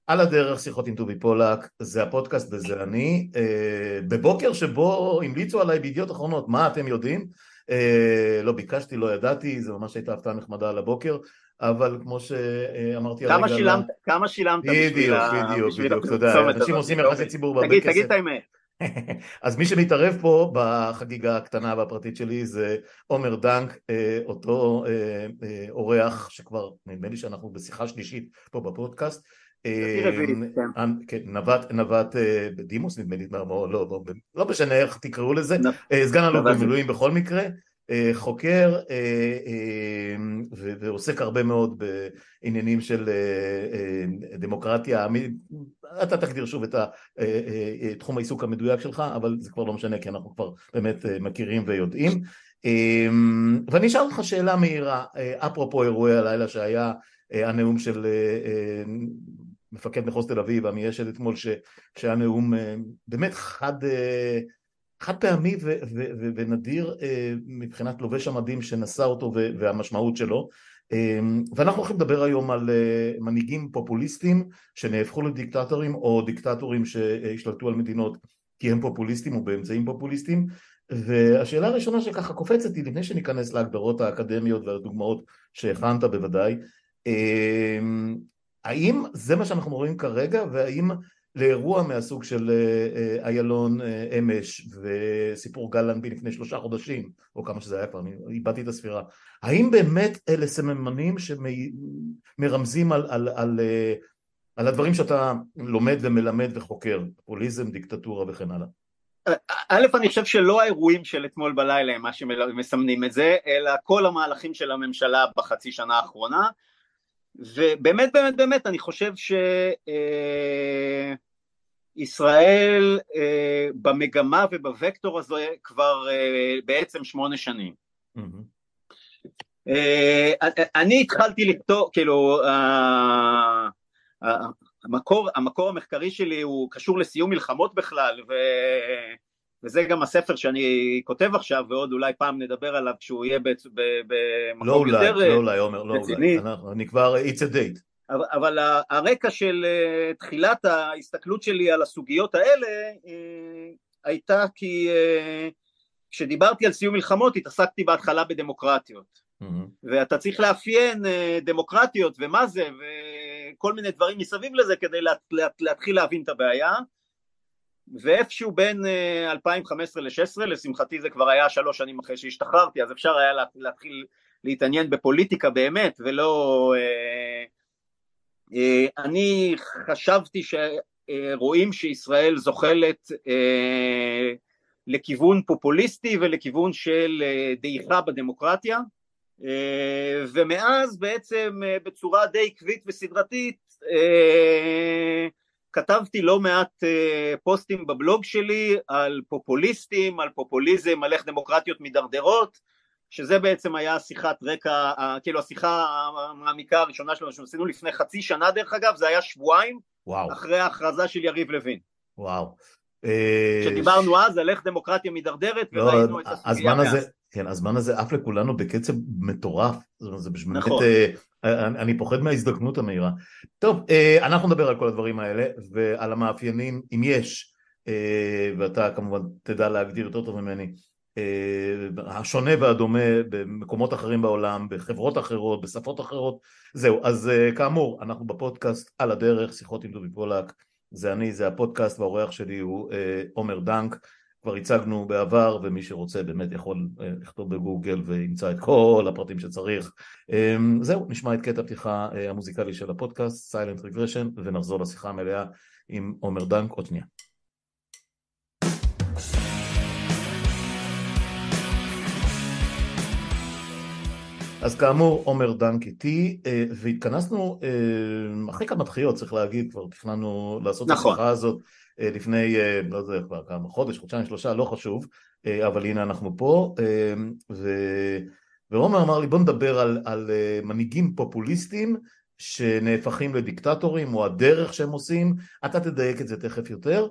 על הדרך, שיחות עם טובי פולק, זה הפודקאסט וזה אני, בבוקר שבו המליצו עליי בידיעות אחרונות, מה אתם יודעים? לא ביקשתי, לא ידעתי, זה ממש הייתה הפתעה נחמדה על הבוקר, אבל כמו שאמרתי הרגע, כמה שילמת בשביל בדיוק, אתה יודע, הפרסומת אנשים הזאת, עושים יחסי טובי? ציבור בהרבה תגיד כסף. את האמת. אז מי שמתערב פה בחגיגה הקטנה והפרטית שלי זה עומר דנק, אותו אורח שכבר נדמה לי שאנחנו בשיחה שלישית פה בפודקאסט, לדעתי רביעית, כן. כן, נווט בדימוס נדמה לי, לא משנה איך תקראו לזה, סגן אלוף נווד במילואים בכל מקרה, חוקר ועוסק הרבה מאוד בעניינים של דמוקרטיה. אתה תגדיר שוב את תחום העיסוק המדויק שלך, אבל זה כבר לא משנה כי אנחנו כבר באמת מכירים ויודעים. ואני אשאל אותך שאלה מהירה, אפרופו אירועי הלילה שהיה, הנאום של מפקד מחוז תל אביב, עמי אשד אתמול, שהיה נאום באמת חד פעמי ונדיר מבחינת לובש המדים שנשא אותו והמשמעות שלו. ואנחנו הולכים לדבר היום על מנהיגים פופוליסטים שנהפכו לדיקטטורים, או דיקטטורים שהשתלטו על מדינות כי הם פופוליסטים או באמצעים פופוליסטים. והשאלה הראשונה שככה קופצת היא, לפני שניכנס להגדרות האקדמיות והדוגמאות שהכנת בוודאי, האם זה מה שאנחנו רואים כרגע, והאם לאירוע מהסוג של איילון אמש וסיפור גלנבי לפני 3 חודשים, או כמה שזה היה כבר, אני איבדתי את הספירה, האם באמת אלה סממנים שמרמזים על הדברים שאתה לומד ומלמד וחוקר, פופוליזם, דיקטטורה וכן הלאה? א', אני חושב שלא האירועים של אתמול בלילה הם מה שמסמנים את זה, אלא כל המהלכים של הממשלה בחצי שנה האחרונה, ובאמת באמת באמת אני חושב שישראל במגמה ובווקטור הזה כבר בעצם 8 שנים. אני התחלתי לכתוב, כאילו המקור המחקרי שלי הוא קשור לסיום מלחמות בכלל, וזה גם הספר שאני כותב עכשיו, ועוד אולי פעם נדבר עליו כשהוא יהיה במקום יותר לא אולי, עומר, לא אולי, רציני. אני כבר, it's a date. אבל הרקע של תחילת ההסתכלות שלי על הסוגיות האלה הייתה כי כשדיברתי על סיום מלחמות התעסקתי בהתחלה בדמוקרטיות, ואתה צריך לאפיין דמוקרטיות ומה זה וכל מיני דברים מסביב לזה כדי להתחיל להבין את הבעיה. ואיפשהו בין 2015 ל-16, לשמחתי זה כבר היה 3 שנים אחרי שהשתחררתי, אז אפשר היה להתחיל להתעניין בפוליטיקה באמת, ולא אני חשבתי שרואים שישראל זוחלת לכיוון פופוליסטי ולכיוון של דעיכה בדמוקרטיה, ומאז בעצם בצורה די עקבית וסדרתית כתבתי לא מעט פוסטים בבלוג שלי על פופוליסטים, על פופוליזם, על איך דמוקרטיות מדרדרות, שזה בעצם היה שיחת רקע, כאילו השיחה המעמיקה הראשונה שלנו שעשינו לפני חצי שנה דרך אגב, זה היה שבועיים אחרי ההכרזה של יריב לוין. וואו. שדיברנו אז על איך דמוקרטיה מדרדרת וראינו את הסוגיה מאז. כן, הזמן הזה עף לכולנו בקצב מטורף, זה באמת, נכון. אני פוחד מההזדקנות המהירה. טוב, אנחנו נדבר על כל הדברים האלה ועל המאפיינים, אם יש, ואתה כמובן תדע להגדיר יותר טוב ממני, השונה והדומה במקומות אחרים בעולם, בחברות אחרות, בשפות אחרות. זהו, אז כאמור, אנחנו בפודקאסט על הדרך, שיחות עם טובי פולק, זה אני, זה הפודקאסט, והאורח שלי הוא עומר דנק. כבר הצגנו בעבר, ומי שרוצה באמת יכול לכתוב בגוגל וימצא את כל הפרטים שצריך. זהו, נשמע את קטע הפתיחה המוזיקלי של הפודקאסט, Silent Regression, ונחזור לשיחה המלאה עם עומר דנק עוד שנייה. אז כאמור, עומר דנק איתי, והתכנסנו אחרי כמה דחיות, צריך להגיד, כבר תכננו לעשות את השיחה הזאת לפני, לא יודע, כבר כמה חודש, חודשיים, 3, לא חשוב, אבל הנה אנחנו פה, ועומר אמר לי, בוא נדבר על מנהיגים פופוליסטים שנהפכים לדיקטטורים, או הדרך שהם עושים, אתה תדייק את זה תכף יותר,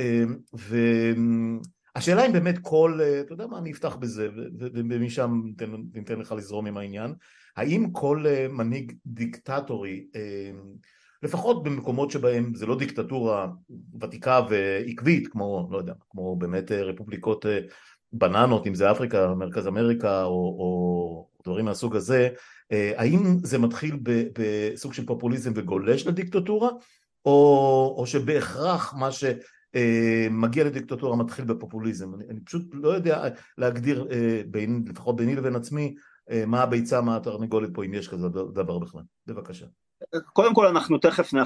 השאלה אם באמת כל, אתה יודע מה, אני אפתח בזה, ומשם ניתן לך לזרום עם העניין, האם כל מנהיג דיקטטורי לפחות במקומות שבהם זה לא דיקטטורה ותיקה ועקבית, כמו, לא יודע, כמו באמת רפובליקות בננות, אם זה אפריקה, מרכז אמריקה או דברים מהסוג הזה, האם זה מתחיל בסוג של פופוליזם וגולש לדיקטטורה, או שבהכרח מה שמגיע לדיקטטורה מתחיל בפופוליזם? אני פשוט לא יודע להגדיר, לפחות ביני לבין עצמי, מה הביצה, מה התרנגולת פה, אם יש כזה דבר בכלל. בבקשה. קודם כל אנחנו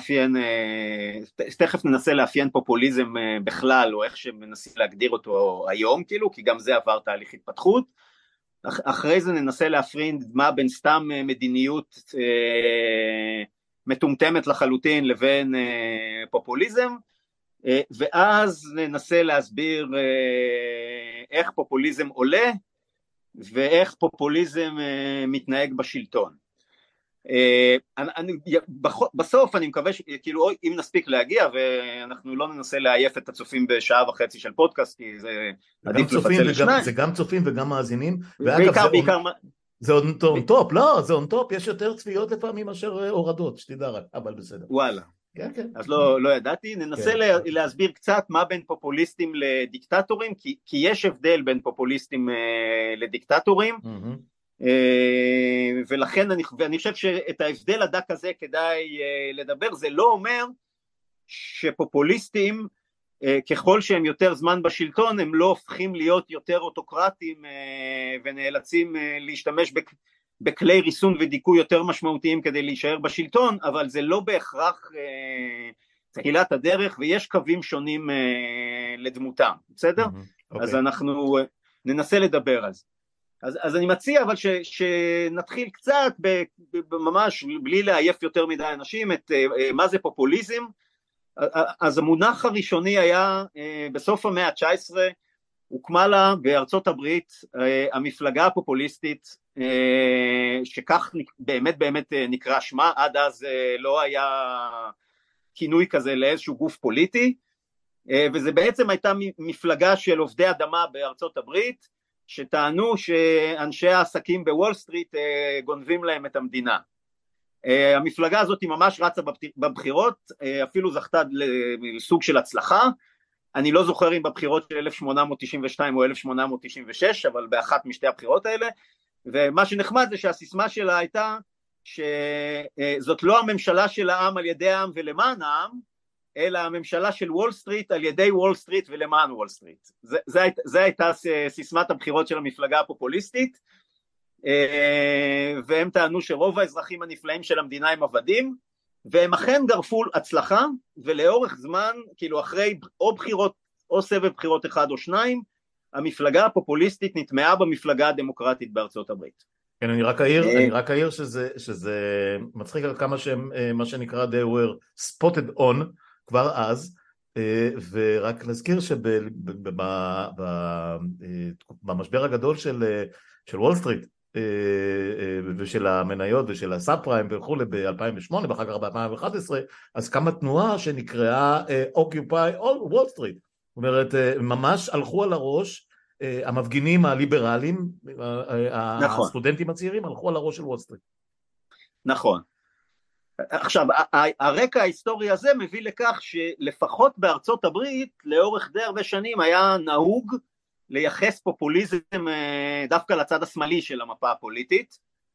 תכף ננסה לאפיין פופוליזם בכלל, או איך שמנסים להגדיר אותו היום, כאילו, כי גם זה עבר תהליך התפתחות. אחרי זה ננסה להפריד מה בין סתם מדיניות מטומטמת לחלוטין לבין פופוליזם, ואז ננסה להסביר איך פופוליזם עולה, ואיך פופוליזם מתנהג בשלטון. בסוף אני מקווה כאילו אם נספיק להגיע, ואנחנו לא ננסה לעייף את הצופים בשעה וחצי של פודקאסט, כי זה עדיף לפצל לשניים. זה גם צופים וגם מאזינים, בעיקר זה on top, לא, זה on top, יש יותר צפיות לפעמים מאשר הורדות, שתדע רק, אבל בסדר. וואלה. כן, כן. אז לא ידעתי, ננסה להסביר קצת מה בין פופוליסטים לדיקטטורים, כי יש הבדל בין פופוליסטים לדיקטטורים, ולכן אני חושב שאת ההבדל הדק הזה כדאי לדבר. זה לא אומר שפופוליסטים ככל שהם יותר זמן בשלטון הם לא הופכים להיות יותר אוטוקרטים ונאלצים להשתמש בכלי ריסון ודיכוי יותר משמעותיים כדי להישאר בשלטון, אבל זה לא בהכרח תחילת הדרך, ויש קווים שונים לדמותם, בסדר? אז אנחנו ננסה לדבר על זה. אז אני מציע אבל שנתחיל קצת ממש בלי לעייף יותר מדי אנשים את מה זה פופוליזם. אז המונח הראשוני היה בסוף המאה ה-19, הוקמה לה בארצות הברית המפלגה הפופוליסטית, שכך באמת נקרא שמה, עד אז לא היה כינוי כזה לאיזשהו גוף פוליטי, וזה בעצם הייתה מפלגה של עובדי אדמה בארצות הברית, שטענו שאנשי העסקים בוול סטריט גונבים להם את המדינה. המפלגה הזאת היא ממש רצה בבחירות, אפילו זכתה לסוג של הצלחה, אני לא זוכר אם בבחירות של 1892 או 1896, אבל באחת משתי הבחירות האלה, ומה שנחמד זה שהסיסמה שלה הייתה, שזאת לא הממשלה של העם על ידי העם ולמען העם, אלא הממשלה של וול סטריט על ידי וול סטריט ולמען וול סטריט. זה הייתה סיסמת הבחירות של המפלגה הפופוליסטית, והם טענו שרוב האזרחים הנפלאים של המדינה הם עבדים, והם אכן גרפו הצלחה, ולאורך זמן, כאילו אחרי או בחירות, או סבב בחירות אחד או שניים, המפלגה הפופוליסטית נטמעה במפלגה הדמוקרטית בארצות הברית. כן, אני רק אעיר שזה מצחיק על כמה שהם, מה שנקרא, they were spotted on, כבר אז, ורק נזכיר שבמשבר הגדול של וול סטריט, ושל המניות ושל הסאב פריים וכו' ב-2008 ואחר כך ב-2011, אז קמה תנועה שנקראה Occupy Wall Street, זאת אומרת ממש הלכו על הראש, המפגינים הליברליים, הסטודנטים הצעירים הלכו על הראש של וול סטריט. נכון. עכשיו הרקע ההיסטורי הזה מביא לכך שלפחות בארצות הברית לאורך די הרבה שנים היה נהוג לייחס פופוליזם דווקא לצד השמאלי של המפה הפוליטית.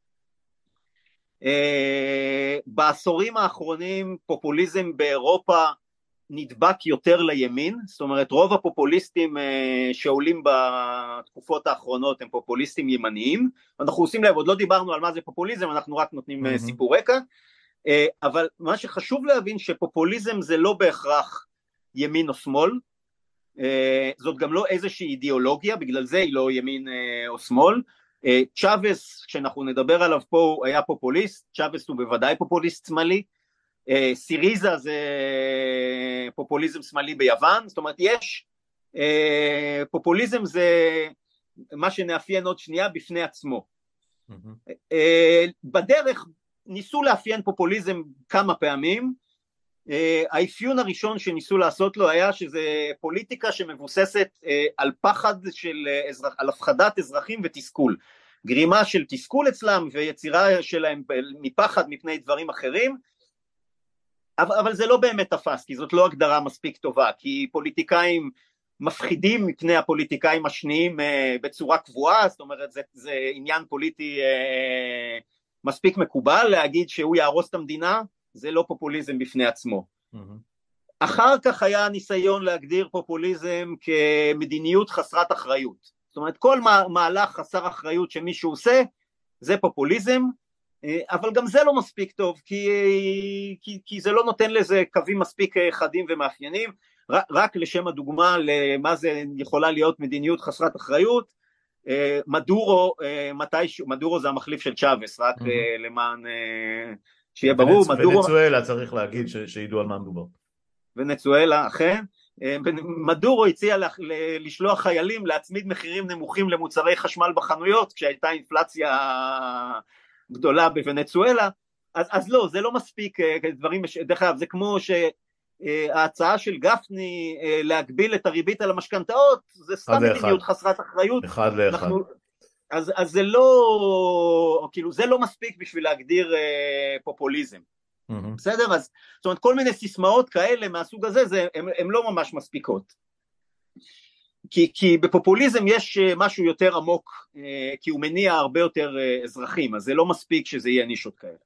בעשורים האחרונים פופוליזם באירופה נדבק יותר לימין, זאת אומרת רוב הפופוליסטים שעולים בתקופות האחרונות הם פופוליסטים ימניים, אנחנו עושים לב, עוד לא דיברנו על מה זה פופוליזם, אנחנו רק נותנים סיפור רקע, אבל מה שחשוב להבין שפופוליזם זה לא בהכרח ימין או שמאל, זאת גם לא איזושהי אידיאולוגיה, בגלל זה היא לא ימין או שמאל. צ'אבס, כשאנחנו נדבר עליו פה, היה פופוליסט, צ'אבס הוא בוודאי פופוליסט שמאלי, סיריזה זה פופוליזם שמאלי ביוון, זאת אומרת יש, פופוליזם זה מה שנאפיין עוד שנייה בפני עצמו. בדרך ניסו לאפיין פופוליזם כמה פעמים, האפיון הראשון שניסו לעשות לו היה שזה פוליטיקה שמבוססת על פחד על הפחדת אזרחים ותסכול, גרימה של תסכול אצלם ויצירה שלהם מפחד מפני דברים אחרים, אבל זה לא באמת תפס, כי זאת לא הגדרה מספיק טובה, כי פוליטיקאים מפחידים מפני הפוליטיקאים השניים בצורה קבועה, זאת אומרת זה עניין פוליטי מספיק מקובל, להגיד שהוא יהרוס את המדינה, זה לא פופוליזם בפני עצמו. אחר כך היה ניסיון להגדיר פופוליזם כמדיניות חסרת אחריות, זאת אומרת כל מהלך חסר אחריות שמישהו עושה, זה פופוליזם, אבל גם זה לא מספיק טוב, כי זה לא נותן לזה קווים מספיק חדים ומאפיינים. רק לשם הדוגמה למה זה יכולה להיות מדיניות חסרת אחריות, מדורו זה המחליף של צ'אבס, רק למען שיהיה ברור, ונצואלה צריך להגיד שידעו על מה מדובר. ונצואלה, אכן, מדורו הציע לשלוח חיילים להצמיד מחירים נמוכים למוצרי חשמל בחנויות, כשהייתה אינפלציה גדולה בוונצואלה, אז לא, זה לא מספיק דברים, דרך אגב, זה כמו שההצעה של גפני להגביל את הריבית על המשכנתאות, זה סתם מדיניות חסרת אחריות. אחד לאחד. אז זה לא, כאילו זה לא מספיק בשביל להגדיר פופוליזם. בסדר? אז זאת אומרת כל מיני סיסמאות כאלה מהסוג הזה, הן לא ממש מספיקות. כי בפופוליזם יש משהו יותר עמוק, כי הוא מניע הרבה יותר אזרחים, אז זה לא מספיק שזה יהיה נישות כאלה.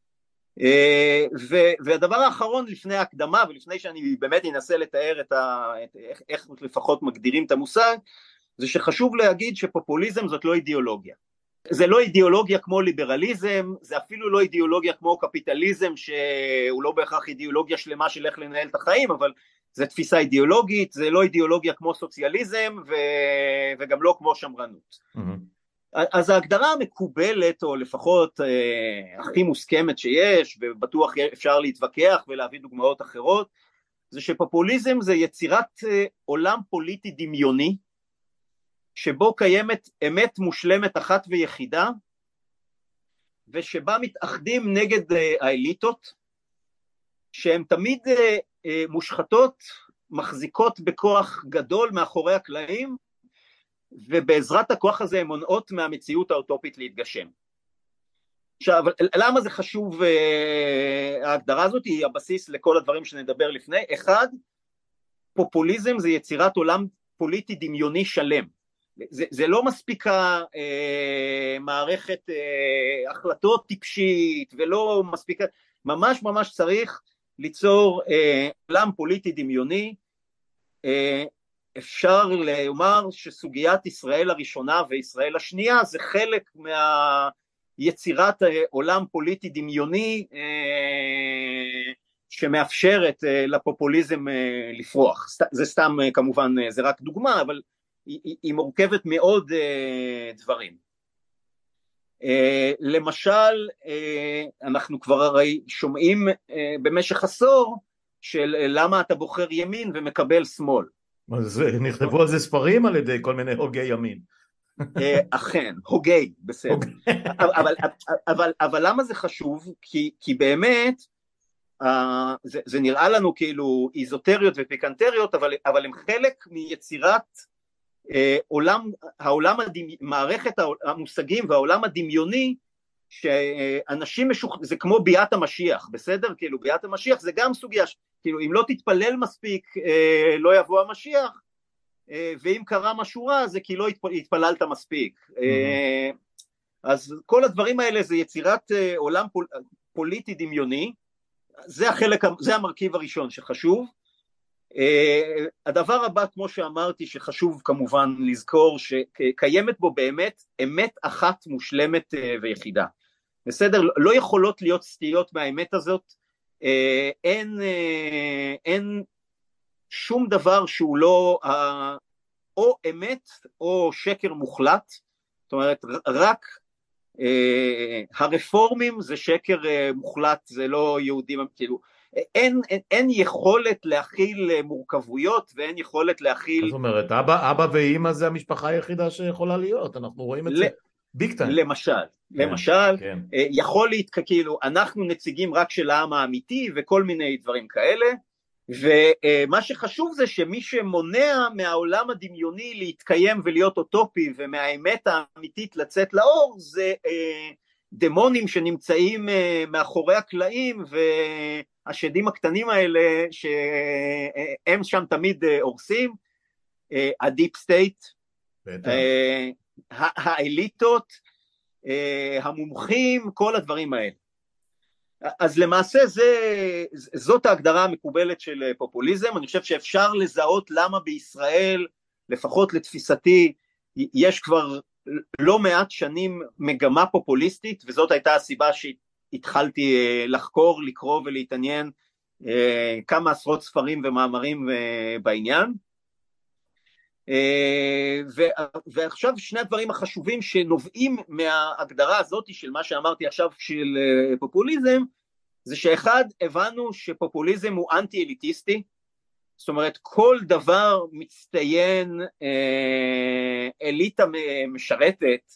והדבר האחרון לפני ההקדמה, ולפני שאני באמת אנסה לתאר איך לפחות מגדירים את המושג, זה שחשוב להגיד שפופוליזם זאת לא אידיאולוגיה. זה לא אידיאולוגיה כמו ליברליזם, זה אפילו לא אידיאולוגיה כמו קפיטליזם, שהוא לא בהכרח אידיאולוגיה שלמה של איך לנהל את החיים, אבל זה תפיסה אידיאולוגית, זה לא אידיאולוגיה כמו סוציאליזם, וגם לא כמו שמרנות. אז ההגדרה המקובלת, או לפחות הכי מוסכמת שיש, ובטוח אפשר להתווכח ולהביא דוגמאות אחרות, זה שפופוליזם זה יצירת עולם פוליטי דמיוני, שבו קיימת אמת מושלמת אחת ויחידה, ושבה מתאחדים נגד האליטות, שהן תמיד מושחתות, מחזיקות בכוח גדול מאחורי הקלעים, ובעזרת הכוח הזה הן מונעות מהמציאות האוטופית להתגשם. עכשיו, למה זה חשוב, ההגדרה הזאת היא הבסיס לכל הדברים שנדבר לפני. אחד, פופוליזם זה יצירת עולם פוליטי דמיוני שלם. זה לא מספיקה מערכת החלטות טיפשית, ולא מספיקה, ממש ממש צריך ליצור עולם פוליטי דמיוני. אפשר לומר שסוגיית ישראל הראשונה וישראל השנייה זה חלק מהיצירת עולם פוליטי דמיוני שמאפשרת לפופוליזם לפרוח. זה סתם כמובן, זה רק דוגמה, אבל היא מורכבת מאוד דברים. למשל, אנחנו כבר הרי שומעים במשך עשור של למה אתה בוחר ימין ומקבל שמאל. נכתבו על זה ספרים על ידי כל מיני הוגי ימין. אכן, הוגי, בסדר. אבל למה זה חשוב? כי באמת, זה נראה לנו כאילו איזוטריות ופיקנטריות, אבל הם חלק מיצירת מערכת המושגים והעולם הדמיוני, שאנשים זה כמו ביאת המשיח, בסדר? כאילו ביאת המשיח זה גם סוגיה, כאילו אם לא תתפלל מספיק לא יבוא המשיח, ואם קרה משהו רע זה כי לא התפללת מספיק. אז כל הדברים האלה זה יצירת עולם פוליטי דמיוני, זה המרכיב הראשון שחשוב. הדבר הבא, כמו שאמרתי, שחשוב כמובן לזכור שקיימת בו באמת אמת אחת מושלמת ויחידה. בסדר? לא יכולות להיות סטיות מהאמת הזאת, אין שום דבר שהוא לא או אמת או שקר מוחלט, זאת אומרת רק הרפורמים זה שקר מוחלט, זה לא יהודים, כאילו אין יכולת להכיל מורכבויות ואין יכולת להכיל... זאת אומרת, אבא ואמא זה המשפחה היחידה שיכולה להיות, אנחנו רואים את זה ביג טיים. למשל, יכול להיות כאילו אנחנו נציגים רק של העם האמיתי וכל מיני דברים כאלה, ומה שחשוב זה שמי שמונע מהעולם הדמיוני להתקיים ולהיות אוטופי ומהאמת האמיתית לצאת לאור זה דמונים שנמצאים מאחורי הקלעים השדים הקטנים האלה שהם שם תמיד הורסים, הדיפ סטייט, האליטות, המומחים, כל הדברים האלה. אז למעשה זאת ההגדרה המקובלת של פופוליזם. אני חושב שאפשר לזהות למה בישראל, לפחות לתפיסתי, יש כבר לא מעט שנים מגמה פופוליסטית, וזאת הייתה הסיבה שהתחלתי לחקור, לקרוא ולהתעניין כמה עשרות ספרים ומאמרים בעניין. ועכשיו שני הדברים החשובים שנובעים מההגדרה הזאת של מה שאמרתי עכשיו של פופוליזם, זה שאחד, הבנו שפופוליזם הוא אנטי-אליטיסטי, זאת אומרת כל דבר מצטיין אליטה משרתת,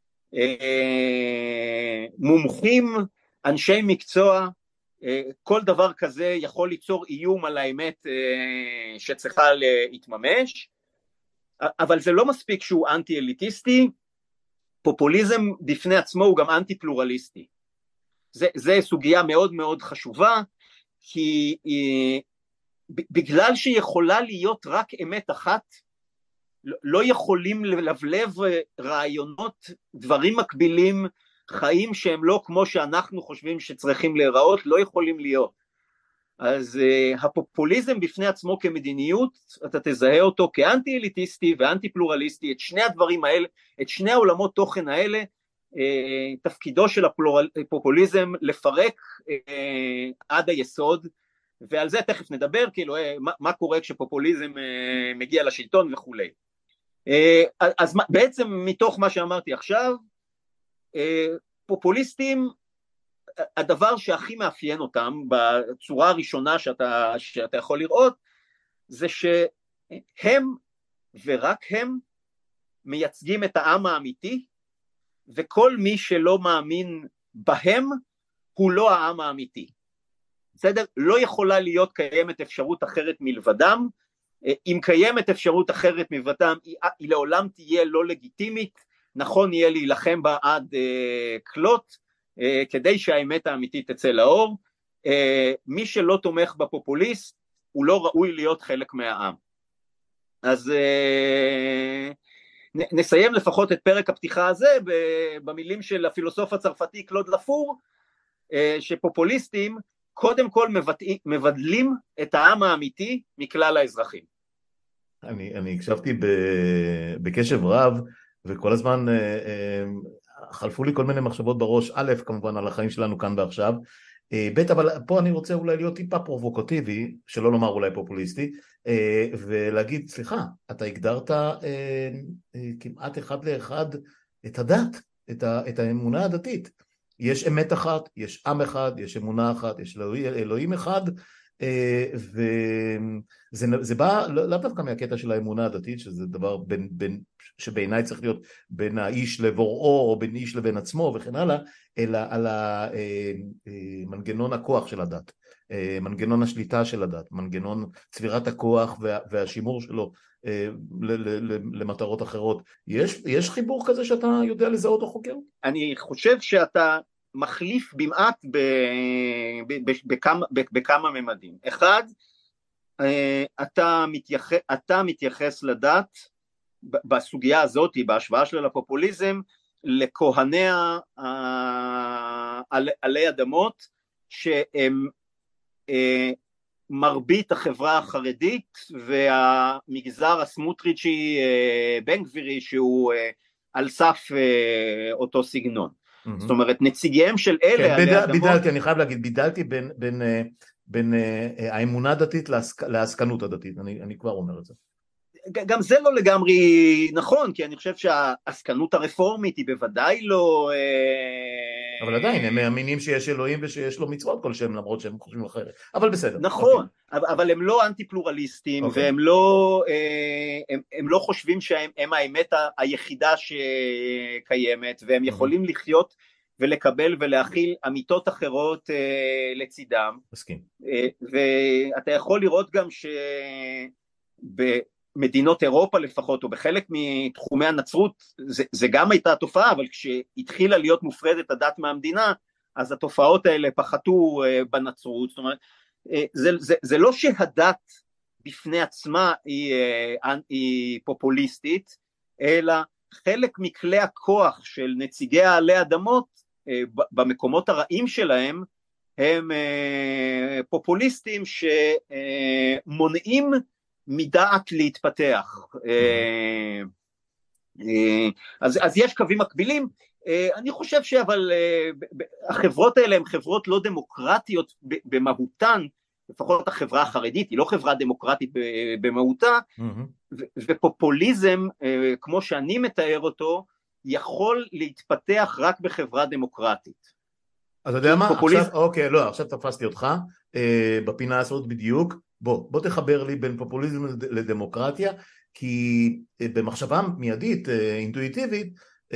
מומחים, אנשי מקצוע, כל דבר כזה יכול ליצור איום על האמת שצריכה להתממש, אבל זה לא מספיק שהוא אנטי-אליטיסטי, פופוליזם בפני עצמו הוא גם אנטי-פלורליסטי. זה סוגיה מאוד מאוד חשובה, כי בגלל שיכולה להיות רק אמת אחת, לא יכולים ללבלב רעיונות, דברים מקבילים, חיים שהם לא כמו שאנחנו חושבים שצריכים להיראות, לא יכולים להיות. אז הפופוליזם בפני עצמו כמדיניות, אתה תזהה אותו כאנטי-אליטיסטי ואנטי-פלורליסטי, את שני הדברים האלה, את שני העולמות תוכן האלה, תפקידו של הפופוליזם לפרק עד היסוד, ועל זה תכף נדבר, כאילו, מה קורה כשפופוליזם מגיע לשלטון וכו'. אז בעצם מתוך מה שאמרתי עכשיו, פופוליסטים, הדבר שהכי מאפיין אותם בצורה הראשונה שאתה יכול לראות, זה שהם ורק הם מייצגים את העם האמיתי, וכל מי שלא מאמין בהם הוא לא העם האמיתי. בסדר? לא יכולה להיות קיימת אפשרות אחרת מלבדם, אם קיימת אפשרות אחרת מלבדם, היא לעולם תהיה לא לגיטימית, נכון יהיה להילחם בה עד כלות, כדי שהאמת האמיתית תצא לאור. מי שלא תומך בפופוליסט, הוא לא ראוי להיות חלק מהעם. אז נסיים לפחות את פרק הפתיחה הזה, במילים של הפילוסוף הצרפתי קלוד לפור, שפופוליסטים קודם כל מבדלים את העם האמיתי מכלל האזרחים. אני הקשבתי בקשב רב, וכל הזמן חלפו לי כל מיני מחשבות בראש, א', כמובן על החיים שלנו כאן ועכשיו, ב', אבל פה אני רוצה אולי להיות טיפה פרובוקטיבי, שלא לומר אולי פופוליסטי, ולהגיד, סליחה, אתה הגדרת כמעט אחד לאחד את הדת, את האמונה הדתית. יש אמת אחת, יש עם אחד, יש אמונה אחת, יש אלוהים אחד, וזה בא לא דווקא מהקטע של האמונה הדתית, שזה דבר שבעיניי צריך להיות בין האיש לבוראו, או בין איש לבין עצמו וכן הלאה, אלא על מנגנון הכוח של הדת, מנגנון השליטה של הדת, מנגנון צבירת הכוח והשימור שלו למטרות אחרות. יש חיבור כזה שאתה יודע לזהות או חוקר? אני חושב שאתה מחליף במעט בכמה ממדים. אחד, אתה מתייחס לדת בסוגיה הזאת, בהשוואה שלה לפופוליזם, לכהניה עלי אדמות, שהם מרבית החברה החרדית, והמגזר הסמוטריצ'י בן גבירי, שהוא על סף אותו סגנון. זאת אומרת, נציגיהם של אלה עלי אדמות... בידלתי, אני חייב להגיד, בידלתי בין האמונה הדתית לעסקנות הדתית, אני כבר אומר את זה. גם זה לא לגמרי נכון, כי אני חושב שהעסקנות הרפורמית היא בוודאי לא... אבל עדיין, הם מאמינים שיש אלוהים ושיש לו מצוות כלשהם, למרות שהם חושבים אחרת. אבל בסדר. נכון, אבל הם לא אנטי-פלורליסטים, והם לא חושבים שהם האמת היחידה שקיימת, והם יכולים לחיות ולקבל ולהכיל אמיתות אחרות לצידם. מסכים. ואתה יכול לראות גם מדינות אירופה לפחות, או בחלק מתחומי הנצרות, זה גם הייתה תופעה, אבל כשהתחילה להיות מופרדת הדת מהמדינה, אז התופעות האלה פחתו בנצרות. זאת אומרת, זה לא שהדת בפני עצמה היא פופוליסטית, אלא חלק מכלי הכוח של נציגי העלי אדמות במקומות הרעים שלהם הם פופוליסטים שמונעים מדעת להתפתח. אז יש קווים מקבילים. אני חושב אבל החברות האלה הן חברות לא דמוקרטיות במהותן, לפחות החברה החרדית היא לא חברה דמוקרטית במהותה, ופופוליזם כמו שאני מתאר אותו יכול להתפתח רק בחברה דמוקרטית. אז אתה יודע מה? עכשיו, אוקיי, לא, עכשיו תפסתי אותך בפינה הזאת בדיוק. בוא תחבר לי בין פופוליזם לדמוקרטיה, כי במחשבה מיידית, אינטואיטיבית,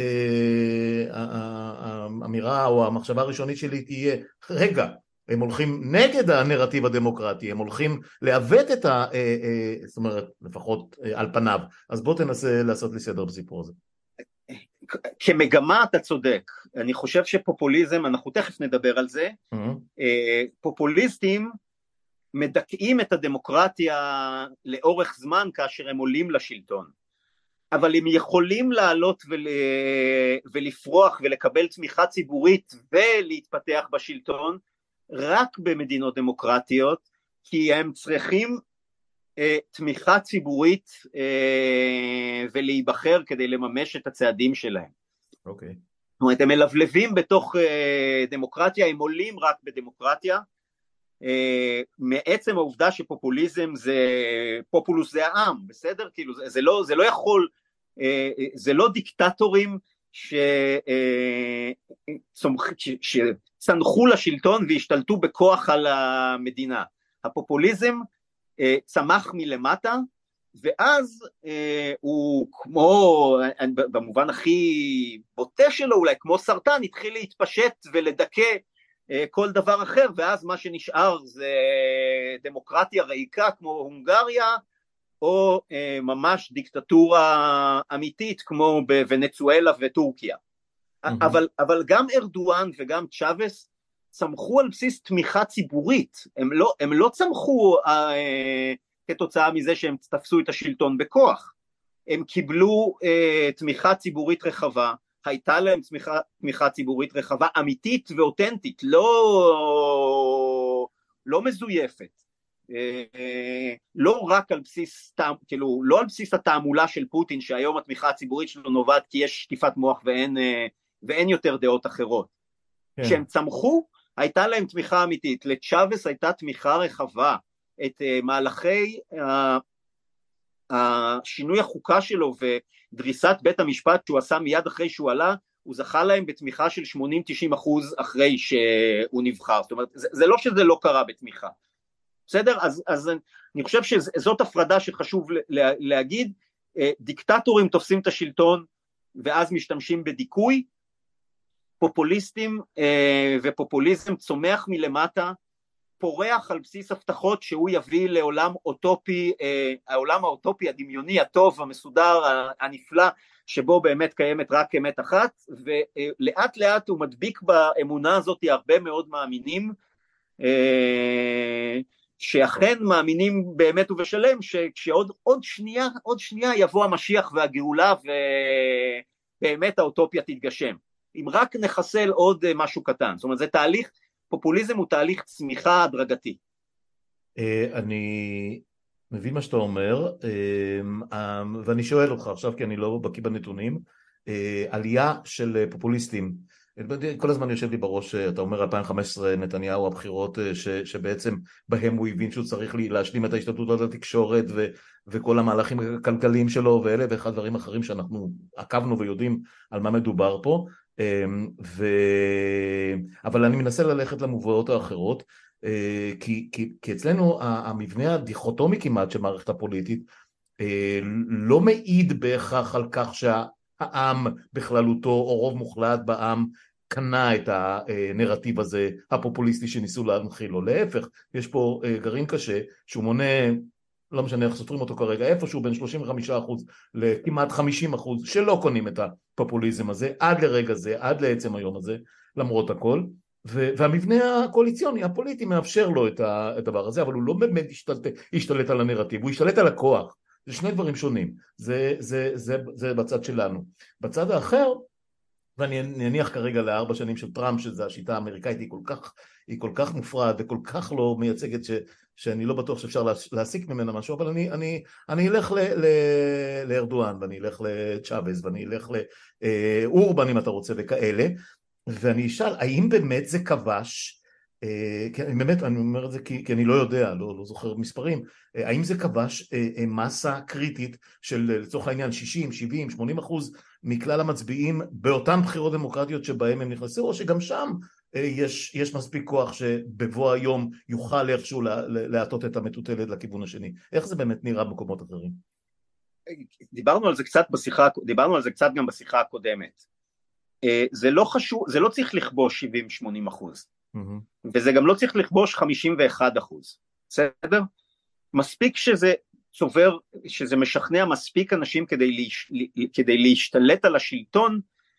האמירה או המחשבה הראשונית שלי תהיה, רגע, הם הולכים נגד הנרטיב הדמוקרטי, הם הולכים לעוות את זאת אומרת, לפחות על פניו. אז בוא תנסה לעשות לי סדר בסיפור הזה. כמגמה אתה צודק. אני חושב שפופוליזם, אנחנו תכף נדבר על זה, פופוליסטים מדכאים את הדמוקרטיה לאורך זמן כאשר הם עולים לשלטון. אבל הם יכולים לעלות ולפרוח ולקבל תמיכה ציבורית ולהתפתח בשלטון רק במדינות דמוקרטיות, כי הם צריכים תמיכה ציבורית ולהיבחר כדי לממש את הצעדים שלהם. אוקיי. זאת אומרת, הם מלבלבים בתוך דמוקרטיה, הם עולים רק בדמוקרטיה, מעצם העובדה שפופוליזם פופולוס זה העם, בסדר? כאילו, זה לא יכול, זה לא דיקטטורים שצנחו לשלטון והשתלטו בכוח על המדינה. הפופוליזם צמח מלמטה, ואז הוא כמו, במובן הכי בוטה שלו אולי, כמו סרטן, התחיל להתפשט ולדכא כל דבר אחר, ואז מה שנשאר זה דמוקרטיה ריקה כמו הונגריה, או ממש דיקטטורה אמיתית כמו בוונצואלה וטורקיה. אבל גם ארדואן וגם צ'אבס צמחו על בסיס תמיכה ציבורית, הם לא צמחו כתוצאה מזה שהם תפסו את השלטון בכוח, הם קיבלו תמיכה ציבורית רחבה, הייתה להם תמיכה ציבורית רחבה אמיתית ואותנטית, לא מזויפת, לא רק על בסיס, כאילו, לא על בסיס התעמולה של פוטין, שהיום התמיכה הציבורית שלו נובעת כי יש שטיפת מוח ואין יותר דעות אחרות. כשהם צמחו, הייתה להם תמיכה אמיתית. לצ'אבס הייתה תמיכה רחבה. את מהלכי השינוי החוקה שלו ודריסת בית המשפט שהוא עשה מיד אחרי שהוא עלה, הוא זכה להם בתמיכה של 80-90% אחרי שהוא נבחר. זאת אומרת, זה לא שזה לא קרה בתמיכה. בסדר? אז אני חושב שזאת הפרדה שחשוב להגיד. דיקטטורים תופסים את השלטון ואז משתמשים בדיכוי, פופוליסטים ופופוליזם צומח מלמטה, פורח על בסיס הבטחות שהוא יביא לעולם אוטופי, העולם האוטופי הדמיוני הטוב המסודר הנפלא, שבו באמת קיימת רק אמת אחת, ולאט לאט הוא מדביק באמונה הזאת הרבה מאוד מאמינים, שאכן מאמינים באמת ובשלם, שכשעוד שנייה יבוא המשיח והגאולה, ובאמת האוטופיה תתגשם. אם רק נחסל עוד משהו קטן. זאת אומרת, זה תהליך, פופוליזם הוא תהליך צמיחה הדרגתי. אני מבין מה שאתה אומר, ואני שואל אותך עכשיו, כי אני לא בקיא בנתונים, עלייה של פופוליסטים, כל הזמן יושב לי בראש, אתה אומר 2015 נתניהו, הבחירות שבעצם בהם הוא הבין שהוא צריך להשלים את ההשתלטות על התקשורת וכל המהלכים הכלכליים שלו ואלה ואחד דברים אחרים שאנחנו עקבנו ויודעים על מה מדובר פה, אבל אני מנסה ללכת למובאות האחרות, כי אצלנו המבנה הדיכוטומי כמעט של מערכת הפוליטית לא מעיד בהכרח על כך העם בכללותו או רוב מוחלט בעם קנה את הנרטיב הזה הפופוליסטי שניסו להנחיל לו. להפך, יש פה גרעין קשה שהוא מונה, לא משנה איך סופרים אותו כרגע, איפשהו בין 35% לכמעט 50% שלא קונים את הפופוליזם הזה עד לרגע זה, עד לעצם היום הזה, למרות הכל. והמבנה הקואליציוני, הפוליטי, מאפשר לו את הדבר הזה, אבל הוא לא באמת השתלט על הנרטיב, הוא השתלט על הכוח. זה שני דברים שונים, זה בצד שלנו. בצד האחר, ואני נניח כרגע ל4 שנים של טראמפ, שזו השיטה האמריקאית, היא כל כך מופרעת וכל כך לא מייצגת שאני לא בטוח שאפשר להסיק ממנה משהו, אבל אני אלך לארדואן, ואני אלך לצ'אבז, ואני אלך לאורבן אם אתה רוצה וכאלה, ואני אשאל, האם באמת זה כבש, באמת אני אומר את זה כי אני לא יודע, לא זוכר מספרים, האם זה כבש מסה קריטית של לצורך העניין 60, 70, 80% מכלל המצביעים באותן בחירות דמוקרטיות שבהם הם נכנסו, או שגם שם יש מספיק כוח שבבוא היום יוכל איכשהו להטות את המטוטלת לכיוון השני. איך זה באמת נראה במקומות אחרים? דיברנו על זה קצת גם בשיחה הקודמת. זה לא חשוב, זה לא צריך לכבוש 70-80%, וזה גם לא צריך לכבוש 51%, בסדר? מספיק שזה צובר, שזה משכנע מספיק אנשים כדי להשתלט על השלטון,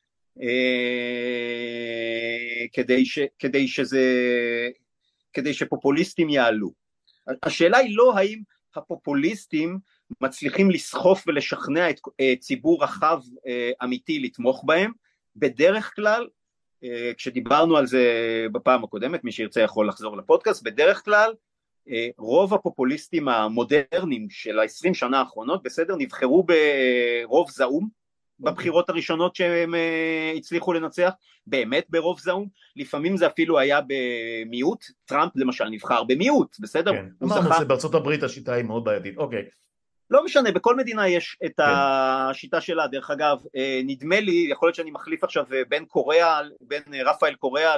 כדי שפופוליסטים יעלו. השאלה היא לא האם הפופוליסטים מצליחים לסחוף ולשכנע את ציבור רחב אמיתי לתמוך בהם. בדרך כלל, כשדיברנו על זה בפעם הקודמת, מי שירצה יכול לחזור לפודקאסט, בדרך כלל רוב הפופוליסטים המודרניים של ה-20 שנה האחרונות, בסדר, נבחרו ברוב זעום, בבחירות הראשונות שהם הצליחו לנצח, באמת ברוב זעום, לפעמים זה אפילו היה במיעוט, טראמפ למשל נבחר במיעוט, בסדר? כן, אמרנו שבארצות הברית השיטה היא מאוד בעייתית, אוקיי. לא משנה, בכל מדינה יש את השיטה שלה, דרך אגב, נדמה לי, יכול להיות שאני מחליף עכשיו בין רפאל קוריאה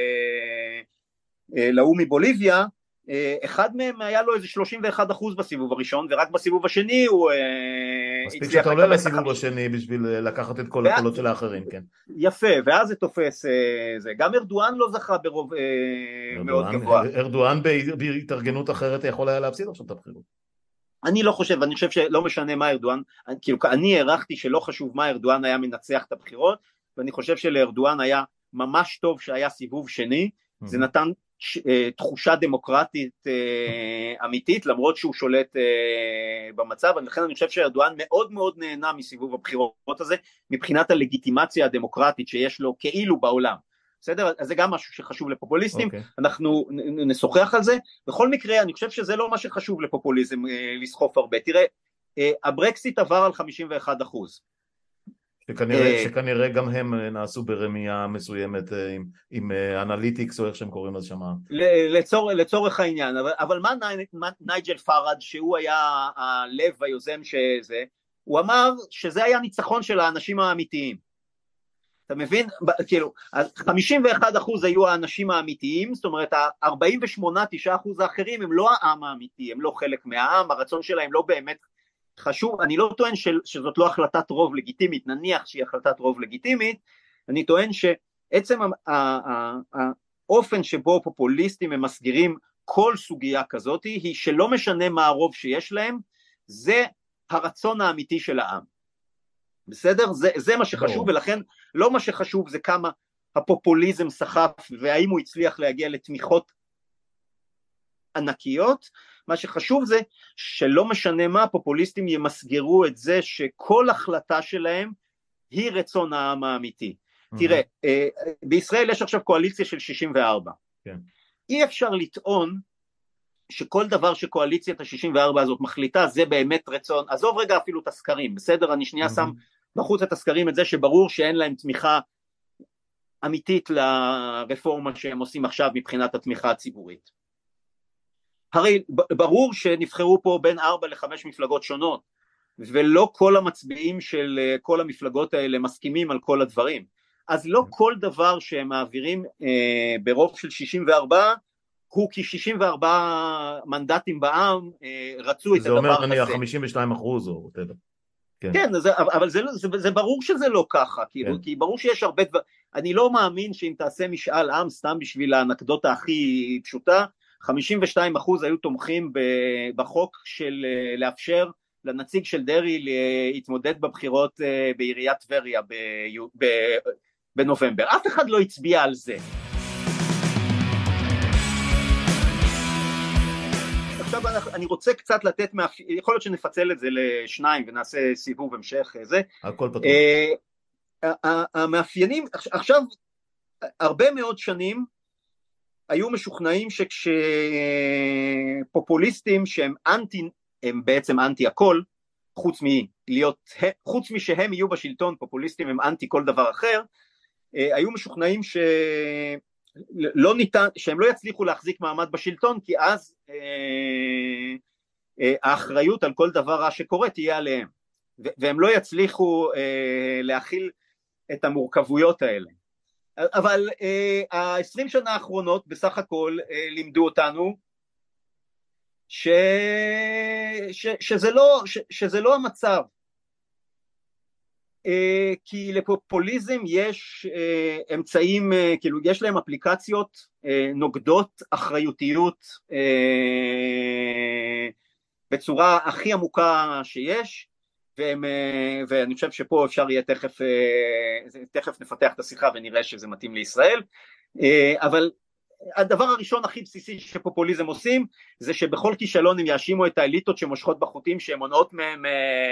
להוא מבוליביה, אחד מהם היה לו איזה 31% בסיבוב הראשון, ורק בסיבוב השני הוא מספיק שאתה עולה לסיבוב השני בשביל לקחת את כל הקולות של האחרים, כן. יפה, ואז זה תופס, גם ארדואן לא זכה ברוב מאוד גבוה. ארדואן בהתארגנות אחרת יכול היה להפסיד עכשיו את הבחירות. אני לא חושב, אני חושב שלא משנה מה ארדואן, כאילו אני הערכתי שלא חשוב מה ארדואן היה מנצח את הבחירות, ואני חושב שלארדואן היה ממש טוב שהיה סיבוב שני, זה נתן תחושה דמוקרטית אמיתית, למרות שהוא שולט במצב, ולכן אני חושב שארדואן מאוד מאוד נהנה מסיבוב הבחירות הזה, מבחינת הלגיטימציה הדמוקרטית שיש לו כאילו בעולם. בסדר? אז זה גם משהו שחשוב לפופוליסטים, אנחנו נשוחח על זה. בכל מקרה, אני חושב שזה לא מה שחשוב לפופוליזם לסחוף הרבה. תראה, הברקסיט עבר על 51%. שכנראה גם הם נעשו ברמייה מסוימת עם אנליטיקס או איך שהם קוראים לזה שמה. לצורך העניין, אבל מה נייג'ל פארד, שהוא היה הלב היוזם שזה, הוא אמר שזה היה ניצחון של האנשים האמיתיים. אתה מבין? כאילו, 51% היו האנשים האמיתיים, זאת אומרת, 48-9% האחרים הם לא העם האמיתי, הם לא חלק מהעם, הרצון שלהם לא באמת חשוב, אני לא טוען שזאת לא החלטת רוב לגיטימית, נניח שהיא החלטת רוב לגיטימית, אני טוען שעצם האופן שבו פופוליסטים הם מסגירים כל סוגיה כזאת, היא שלא משנה מה הרוב שיש להם, זה הרצון האמיתי של העם. בסדר? זה מה שחשוב, ולכן לא מה שחשוב זה כמה הפופוליזם סחף, והאם הוא הצליח להגיע לתמיכות ענקיות, מה שחשוב זה שלא משנה מה, הפופוליסטים ימסגרו את זה שכל החלטה שלהם היא רצון העם האמיתי. תראה, בישראל יש עכשיו קואליציה של 64. כן. אי אפשר לטעון שכל דבר שקואליציית ה-64 הזאת מחליטה, זה באמת רצון, עזוב רגע אפילו את הסקרים, בסדר? אני שנייה שם בחוץ את הסקרים את זה שברור שאין להם תמיכה אמיתית לרפורמה שהם עושים עכשיו מבחינת התמיכה הציבורית. הרי ברור שנבחרו פה בין 4 ל-5 מפלגות שונות, ולא כל המצביעים של כל המפלגות האלה מסכימים על כל הדברים, אז לא כל דבר שהם מעבירים ברוב של 64, הוא כי 64 מנדטים בעם רצו את הדבר הזה. זה אומר נניח 52% או תדע. כן, אבל זה ברור שזה לא ככה, כי ברור שיש הרבה דבר, אני לא מאמין שאם תעשה משאל עם, סתם בשביל האנקדוטה הכי פשוטה, 52% היו תומכים בחוק של לאפשר לנציג של דרעי להתמודד בבחירות בעיריית טבריה בנובמבר, אף אחד לא הצביע על זה. עכשיו אני רוצה קצת לתת, יכול להיות שנפצל את זה לשניים ונעשה סיבוב המשך זה. הכל פתוח. המאפיינים, עכשיו הרבה מאוד שנים היו משוכנעים שכשפופוליסטים שהם אנטי, הם בעצם אנטי הכל, חוץ משהם יהיו בשלטון, פופוליסטים הם אנטי כל דבר אחר, היו משוכנעים שהם לא יצליחו להחזיק מעמד בשלטון, כי אז האחריות על כל דבר רע שקורה תהיה עליהם, והם לא יצליחו להכיל את המורכבויות האלה. אבל ה-20 שנה האחרונות בסך הכל לימדו אותנו שזה לא המצב, כי לפופוליזם יש אמצעים, כאילו יש להם אפליקציות נוגדות אחריותיות בצורה הכי עמוקה שיש, ואני חושב שפה אפשר יהיה תכף נפתח את השיחה ונראה שזה מתאים לישראל, אבל הדבר הראשון הכי בסיסי שפופוליזם עושים, זה שבכל כישלון הם יאשימו את האליטות שמושכות בחוטים, שהן מונעות מהם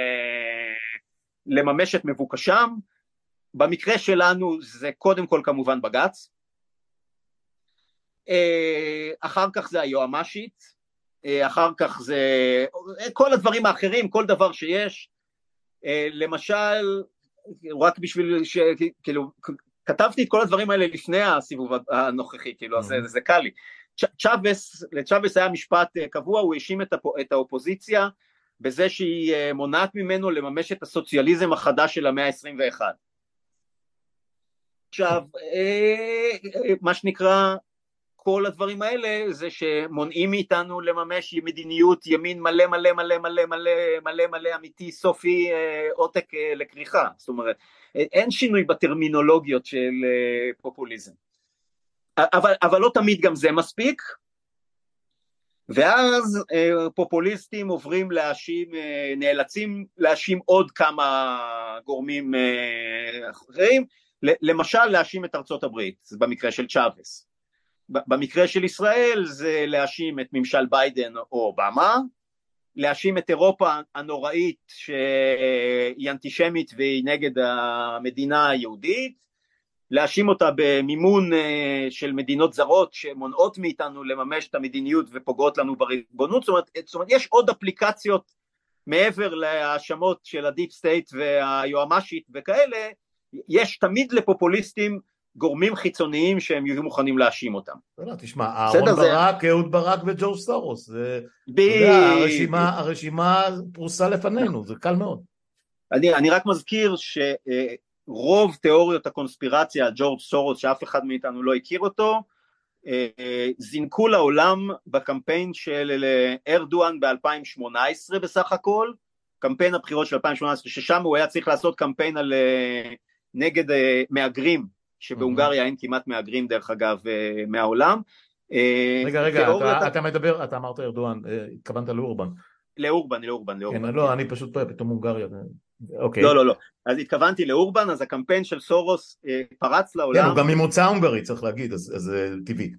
לממש את מבוקשם. במקרה שלנו זה קודם כל כמובן בג"ץ, אחר כך זה היועמ"שית, אחר כך זה כל הדברים האחרים, כל דבר שיש, למשל, רק בשביל כאילו, כתבתי את כל הדברים האלה לפני הסיבוב הנוכחי, כאילו, אז זה קל לי. לצ'אבס היה משפט קבוע, הוא האשים את האופוזיציה, בזה שהיא מונעת ממנו לממש את הסוציאליזם החדש של המאה ה-21. עכשיו, מה שנקרא, כל הדברים האלה זה שמונעים מאיתנו לממש מדיניות ימין מלא מלא מלא מלא מלא מלא מלא אמיתי סופי עותק לקריחה, זאת אומרת אין שינוי בטרמינולוגיות של פופוליזם, אבל לא תמיד גם זה מספיק, ואז פופוליסטים עוברים להאשים, נאלצים להאשים עוד כמה גורמים אחרים, למשל להאשים את ארצות הברית במקרה של צ'אבס, במקרה של ישראל זה להאשים את ממשל ביידן או אובמה, להאשים את אירופה הנוראית שהיא אנטישמית והיא נגד המדינה היהודית, להאשים אותה במימון של מדינות זרות שמונעות מאיתנו לממש את המדיניות ופוגעות לנו בריבונות, זאת אומרת יש עוד אפליקציות מעבר להאשמות של הדיפ סטייט והיועמ"שית וכאלה, יש תמיד לפופוליסטים גורמים חיצוניים שהם יהיו מוכנים להאשים אותם. תשמע, אהרון ברק, אהוד ברק וג'ורג' סורוס, הרשימה פרוסה לפנינו, זה קל מאוד. אני רק מזכיר שרוב תיאוריות הקונספירציה, ג'ורג' סורוס, שאף אחד מאיתנו לא הכיר אותו, זינקו לעולם בקמפיין של ארדואן ב-2018 בסך הכל, קמפיין הבחירות של 2018, ששם הוא היה צריך לעשות קמפיין נגד מהגרים, שבהונגריה אין כמעט מהגרים דרך אגב מהעולם. רגע, אתה אמרת ארדואן, התכוונת לאורבן. לאורבן. כן, לא, אני פשוט פתאום הונגריה. לא, אז התכוונתי לאורבן, אז הקמפיין של סורוס פרץ לעולם. כן, הוא גם ממוצא הונגרי, צריך להגיד, אז זה טבעי.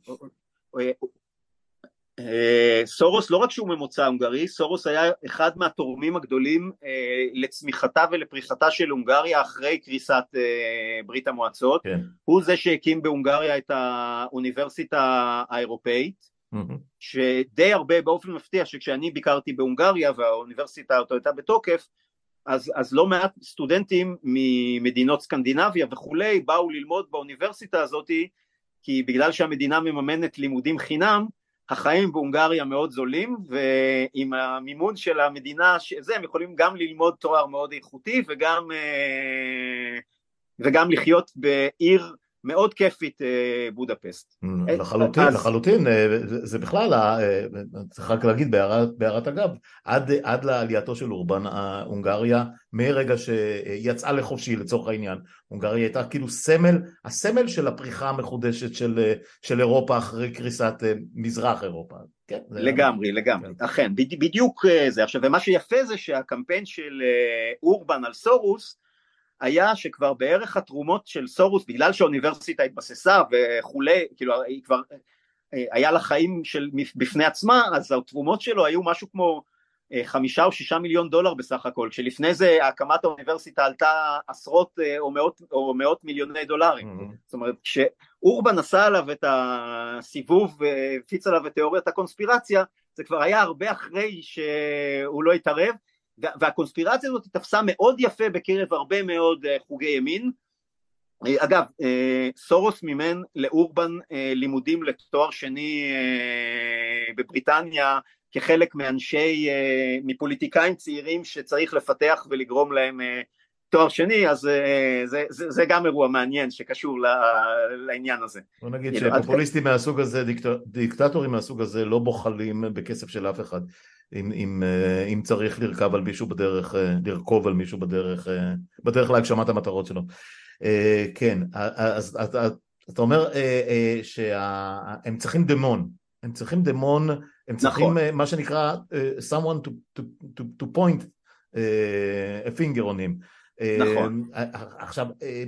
סורוס לא רק שהוא ממוצא הונגרי, סורוס היה אחד מהתורמים הגדולים לצמיחתה ולפריחתה של הונגריה אחרי קריסת ברית המועצות, כן. הוא זה שהקים בהונגריה את האוניברסיטה האירופאית, שדי הרבה באופן מפתיע שכשאני ביקרתי בהונגריה והאוניברסיטה אותו הייתה בתוקף, אז לא מעט סטודנטים ממדינות סקנדינביה וכולי באו ללמוד באוניברסיטה הזאת, כי בגלל שהמדינה מממנת לימודים חינם, החיים בהונגריה מאוד זולים, ועם המימון של המדינה שזה, הם יכולים גם ללמוד תואר מאוד איכותי, וגם לחיות בעיר מאוד כיפית בודפסט. לחלוטין, זה בכלל, צריך רק להגיד בהערת אגב, עד לעלייתו של אורבן, הונגריה, מרגע שיצאה לחופשי לצורך העניין, הונגריה הייתה כאילו הסמל של הפריחה המחודשת של אירופה אחרי קריסת מזרח אירופה. לגמרי, אכן, בדיוק זה. עכשיו, ומה שיפה זה שהקמפיין של אורבן על סורוס, היה שכבר בערך התרומות של סורוס, בגלל שהאוניברסיטה התבססה וכולי, כאילו היה לה חיים בפני עצמה, אז התרומות שלו היו משהו כמו 5 או 6 מיליון דולר בסך הכל, כשלפני זה הקמת האוניברסיטה עלתה עשרות או מאות מיליוני דולרים. זאת אומרת, כשאורבן עשה עליו את הסיבוב והפיץ עליו את תיאוריית הקונספירציה, זה כבר היה הרבה אחרי שהוא לא התערב, והקונספירציה הזאת תפסה מאוד יפה בקרב הרבה מאוד חוגי ימין. אגב, סורוס מימן לאורבן לימודים לתואר שני בבריטניה, כחלק מפוליטיקאים צעירים שצריך לפתח ולגרום להם תואר שני, אז זה גם אירוע מעניין שקשור לעניין הזה. בוא נגיד שפופוליסטים מהסוג הזה, דיקטטורים מהסוג הזה לא בוחלים בכסף של אף אחד, אם צריך לרכוב על מישהו בדרך להגשמת המטרות שלו. כן, אז אתה אומר שהם צריכים דמון, הם צריכים מה שנקרא someone to point a finger on him. נכון. עכשיו,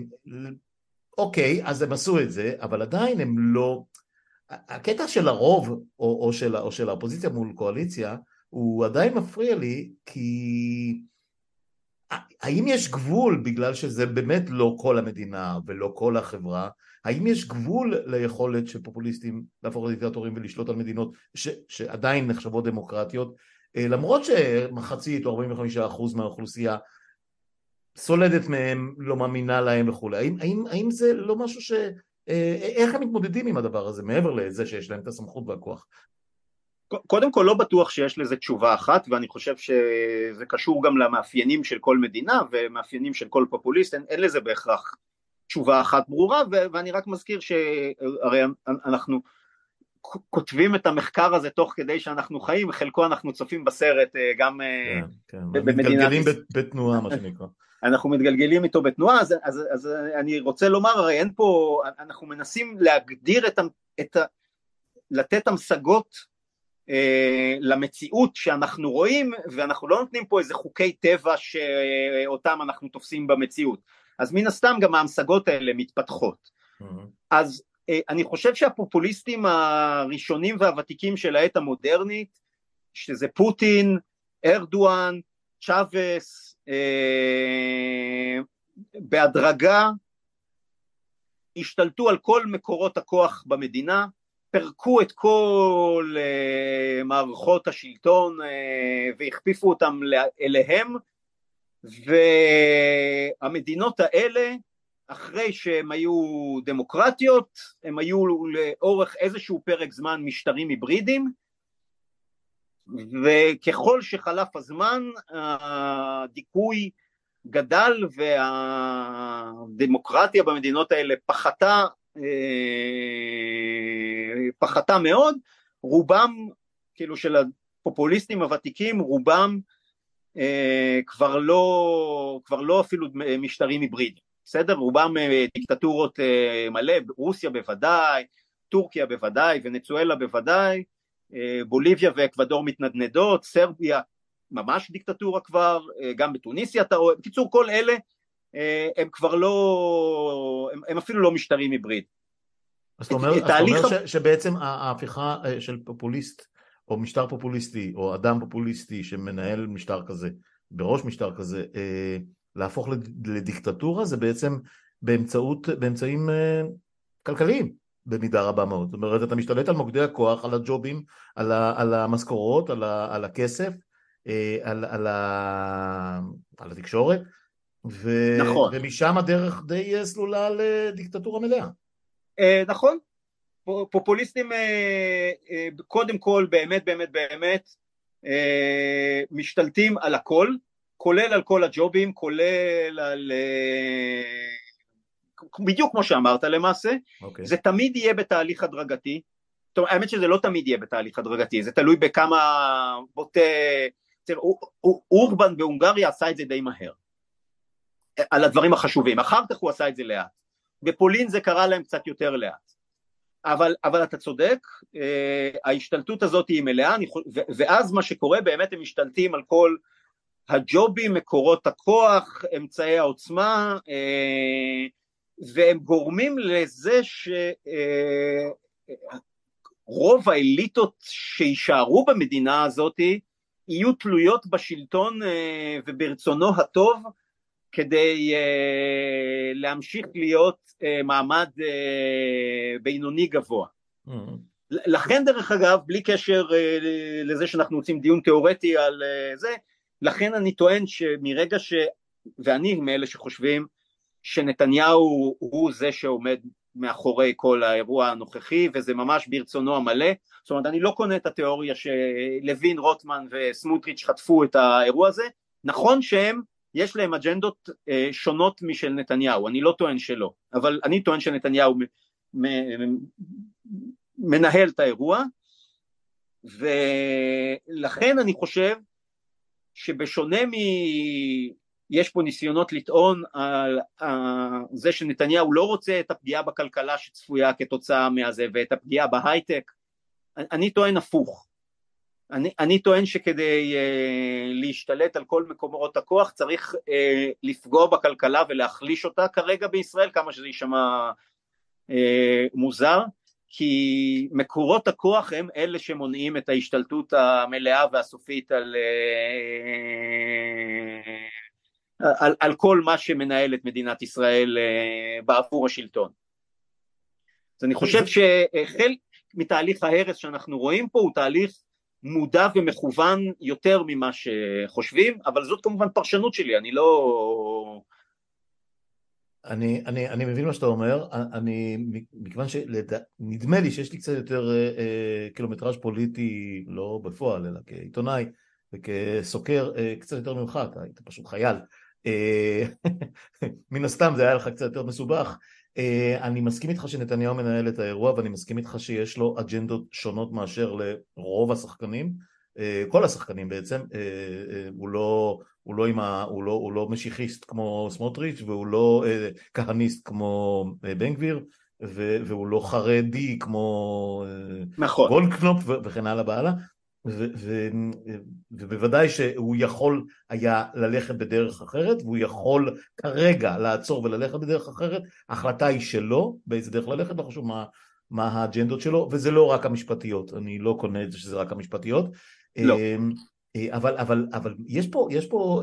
אוקיי, אז הם עשו את זה, אבל עדיין הם לא, הקטע של הרוב או של האופוזיציה מול קואליציה, הוא עדיין מפריע לי, כי האם יש גבול, בגלל שזה באמת לא כל המדינה ולא כל החברה, האם יש גבול ליכולת של פופוליסטים להפוך לדיקטטורים ולשלוט על מדינות שעדיין נחשבות דמוקרטיות, למרות שמחצית או 45% מהאוכלוסייה סולדת מהם, לא מאמינה להם וכו'. האם זה לא משהו איך הם מתמודדים עם הדבר הזה, מעבר לזה שיש להם את הסמכות והכוח? קודם כל לא בטוח שיש לזה תשובה אחת, ואני חושב שזה קשור גם למאפיינים של כל מדינה ומאפיינים של כל פופוליסט, אין לזה בהכרח תשובה אחת ברורה, ואני רק מזכיר שהרי אנחנו כותבים את המחקר הזה תוך כדי שאנחנו חיים, חלקו אנחנו צופים בסרט גם מתגלגלים בתנועה, מה שנקרא. אנחנו מתגלגלים איתו בתנועה, אז אני רוצה לומר, הרי אין פה, אנחנו מנסים להגדיר לתת המשגות למציאות שאנחנו רואים, ואנחנו לא נותנים פה איזה חוקי טבע שאותם אנחנו תופסים במציאות, אז מן הסתם גם ההמשגות האלה מתפתחות. אז אני חושב שהפופוליסטים הראשונים והוותיקים של העת המודרנית, שזה פוטין, ארדואן, צ'אבס, בהדרגה השתלטו על כל מקורות הכוח במדינה, פרקו את כל מערכות השלטון והכפיפו אותם אליהם, והמדינות האלה, אחרי שהם היו דמוקרטיות, הם היו לאורך איזשהו פרק זמן משטרים היברידיים, וככל שחלף הזמן הדיכוי גדל והדמוקרטיה במדינות האלה פחתה מאוד, רובם כאילו של הפופוליסטים הוותיקים, רובם כבר לא אפילו משטרים היברידיים, בסדר? רובם דיקטטורות מלא, רוסיה בוודאי, טורקיה בוודאי, ונצואלה בוודאי, בוליביה ואקוודור מתנדנדות, סרביה ממש דיקטטורה כבר, גם בתוניסיה אתה רואה, בקיצור כל אלה הם כבר לא, הם אפילו לא משטרים היבריד. אז אתה אומר שבעצם ההפיכה של פופוליסט, או משטר פופוליסטי, או אדם פופוליסטי שמנהל משטר כזה, בראש משטר כזה, להפוך לדיקטטורה, זה בעצם באמצעים כלכליים, במידה רבה מאוד. זאת אומרת, אתה משתלט על מוקדי הכוח, על הג'ובים, על המשכורות, על הכסף, על התקשורת, נכון. ומשם הדרך די סלולה לדיקטטורה מלאה. נכון. פופוליסטים קודם כל באמת משתלטים על הכל, כולל על כל הג'ובים, כולל על בדיוק כמו שאמרת למעשה. זה תמיד יהיה בתהליך הדרגתי. טוב, האמת שזה לא תמיד יהיה בתהליך הדרגתי, זה תלוי בכמה אורבן בהונגריה עשה את זה די מהר על הדברים החשובים, אחר כך הוא עשה את זה לאט, בפולין זה קרה להם קצת יותר לאט, אבל אתה צודק, ההשתלטות הזאת היא מלאה, ואז מה שקורה באמת הם משתלטים על כל הג'ובים, מקורות הכוח, אמצעי העוצמה, והם גורמים לזה רוב האליטות שישארו במדינה הזאת יהיו תלויות בשלטון וברצונו הטוב כדי להמשיך להיות מעמד בינוני גבוה. לכן דרך אגב, בלי קשר לזה שאנחנו רוצים דיון תיאורטי על זה, לכן אני טוען שמרגע ואני מאלה שחושבים שנתניהו הוא זה שעומד מאחורי כל האירוע הנוכחי, וזה ממש ברצונו המלא. זאת אומרת, אני לא קונה את התיאוריה שלוין, רוטמן וסמוטריץ' חטפו את האירוע הזה. נכון שהם, יש להם אג'נדות שונות משל נתניהו, אני לא טוען שלא, אבל אני טוען שנתניהו מנהל את האירוע, ולכן אני חושב שבשונה יש פה ניסיונות לטעון על זה שנתניהו לא רוצה את הפגיעה בכלכלה שצפויה כתוצאה מהזה, ואת הפגיעה בהייטק. אני טוען הפוך. אני טוען שכדי להשתלט על כל מקומות הכוח, צריך לפגוע בכלכלה ולהחליש אותה כרגע בישראל, כמה שזה יישמע מוזר, כי מקורות הכוח הם אלה שמונעים את ההשתלטות המלאה והסופית על כל מה שמנהל את מדינת ישראל בעבור השלטון. אז אני חושב שחלק מתהליך ההרס שאנחנו רואים פה הוא תהליך מודע ומכוון יותר ממה שחושבים, אבל זאת כמובן פרשנות שלי, אני לא... אני מבין מה שאתה אומר, מכיוון שנדמה לי שיש לי קצת יותר קילומטראז' פוליטי, לא בפועל אלא כעיתונאי וכסוקר קצת יותר ממך, אתה היית פשוט חייל, מן הסתם זה היה לך קצת יותר מסובך. אני מסכים איתך שנתניהו מנהל את האירוע, ואני מסכים איתך שיש לו אג'נדות שונות מאשר לרוב השחקנים, כל השחקנים בעצם. הוא לא משיחיסט כמו סמוטריץ', והוא לא כהניסט כמו בן גביר, והוא לא חרדי כמו גולדקנופ וכן הלאה בעלה, ובוודאי שהוא יכול היה ללכת בדרך אחרת, והוא יכול כרגע לעצור וללכת בדרך אחרת. ההחלטה היא שלו באיזה דרך ללכת, לא חשוב מה האג'נדות שלו, וזה לא רק המשפטיות, אני לא קונה את זה שזה רק המשפטיות. לא. אבל יש פה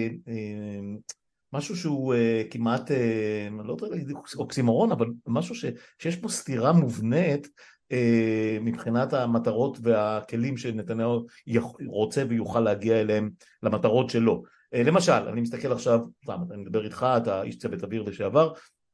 משהו שהוא כמעט, לא יודע להגיד אוקסימורון, אבל משהו שיש פה סתירה מובנית מבחינת המטרות והכלים שנתניהו רוצה ויוכל להגיע אליהם למטרות שלו. למשל, אני מסתכל עכשיו, אני מדבר איתך, אתה איש צוות אוויר לשעבר,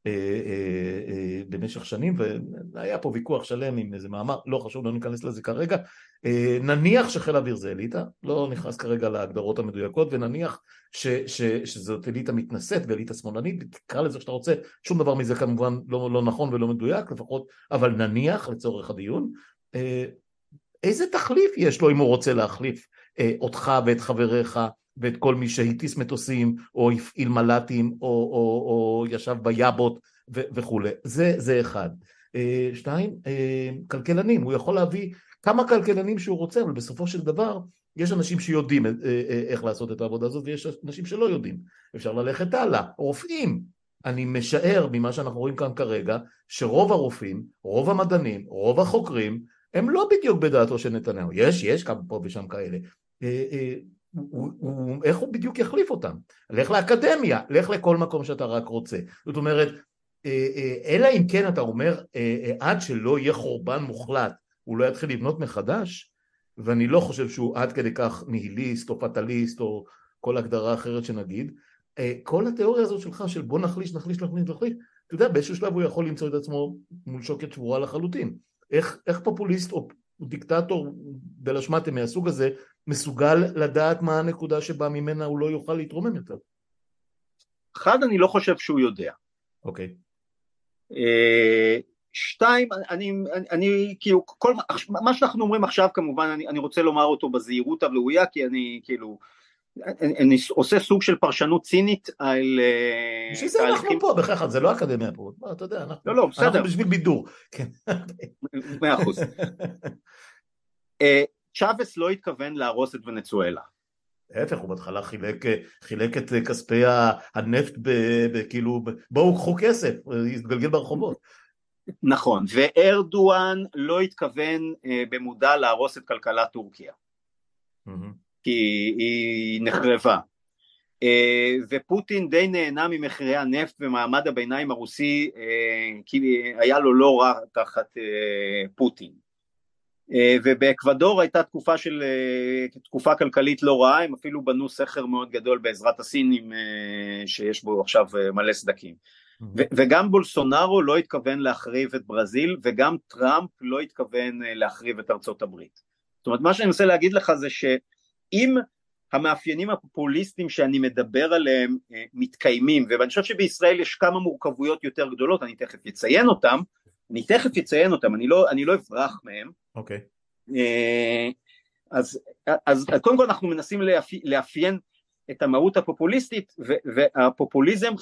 במשך שנים, והיה פה ויכוח שלם עם איזה מאמר, לא חשוב, לא ניכנס לזה כרגע. נניח שחיל האוויר זה אליטה, לא נכנס כרגע להגדרות המדויקות, ונניח שזאת אליטה מתנשאת ואליטה שמאלנית, תקרא לזה שאתה רוצה, שום דבר מזה כמובן לא נכון ולא מדויק לפחות, אבל נניח לצורך הדיון, איזה תחליף יש לו אם הוא רוצה להחליף אותך ואת חבריך ואת כל מי שהטיס מטוסים או הפעיל מל"טים או ישב ביאבות וכו'. זה אחד. שתיים, כלכלנים, הוא יכול להביא כמה כלכלנים שהוא רוצה, אבל בסופו של דבר יש אנשים שיודעים איך לעשות את העבודה הזאת, ויש אנשים שלא יודעים. אפשר ללכת הלאה. רופאים, אני משער ממה שאנחנו רואים כאן כרגע, שרוב הרופאים, רוב המדענים, רוב החוקרים, הם לא בדיוק בדעתו של נתניהו. יש כמה פה ושם כאלה. איך הוא בדיוק יחליף אותם? לך לאקדמיה, לך לכל מקום שאתה רק רוצה. זאת אומרת, אלא אם כן אתה אומר, עד שלא יהיה חורבן מוחלט, הוא לא יתחיל לבנות מחדש, ואני לא חושב שהוא עד כדי כך ניהיליסט או פטליסט או כל הגדרה אחרת שנגיד. כל התיאוריה הזאת שלך של בוא נחליש, אתה יודע, באיזשהו שלב הוא יכול למצוא את עצמו מול שוקת שבורה לחלוטין. איך פופוליסט או דיקטטור בלשמטה מהסוג הזה מסוגל לדעת מה הנקודה שבה ממנה הוא לא יוכל להתרומם יותר? אחד, אני לא חושב שהוא יודע. אוקיי. שתיים, אני כאילו, מה שאנחנו אומרים עכשיו כמובן, אני רוצה לומר אותו בזהירות הראויה, כי אני כאילו, אני עושה סוג של פרשנות צינית על... בשביל זה אנחנו פה, בכך, זה לא אקדמיה פה, אתה יודע, אנחנו בשביל בידור. 100%. צ'אבס לא התכוון להרוס את ונצואלה. ההפך, הוא בהתחלה חילק את כספי הנפט כאילו, בואו קחו כסף, יתגלגל ברחובות. נכון, וארדואן לא התכוון במודע להרוס את כלכלת טורקיה, כי היא נחרבה. ופוטין די נהנה ממחירי הנפט, ומעמד הביניים הרוסי כי היה לו לא רע תחת פוטין. ובאקוודור הייתה תקופה כלכלית לא רעה, הם אפילו בנו סכר מאוד גדול בעזרת הסינים שיש בו עכשיו מלא סדקים. וגם בולסונארו לא התכוון להחריב את ברזיל, וגם טראמפ לא התכוון להחריב את ארצות הברית. זאת אומרת, מה שאני רוצה להגיד לך זה שאם המאפיינים הפופוליסטיים שאני מדבר עליהם מתקיימים, ואני חושב שבישראל יש כמה מורכבויות יותר גדולות, אני תכף אציין אותם, אני לא אברח מהם. אוקיי. אז קודם כל אנחנו מנסים לאפיין את המהות הפופוליסטית, והפופוליזם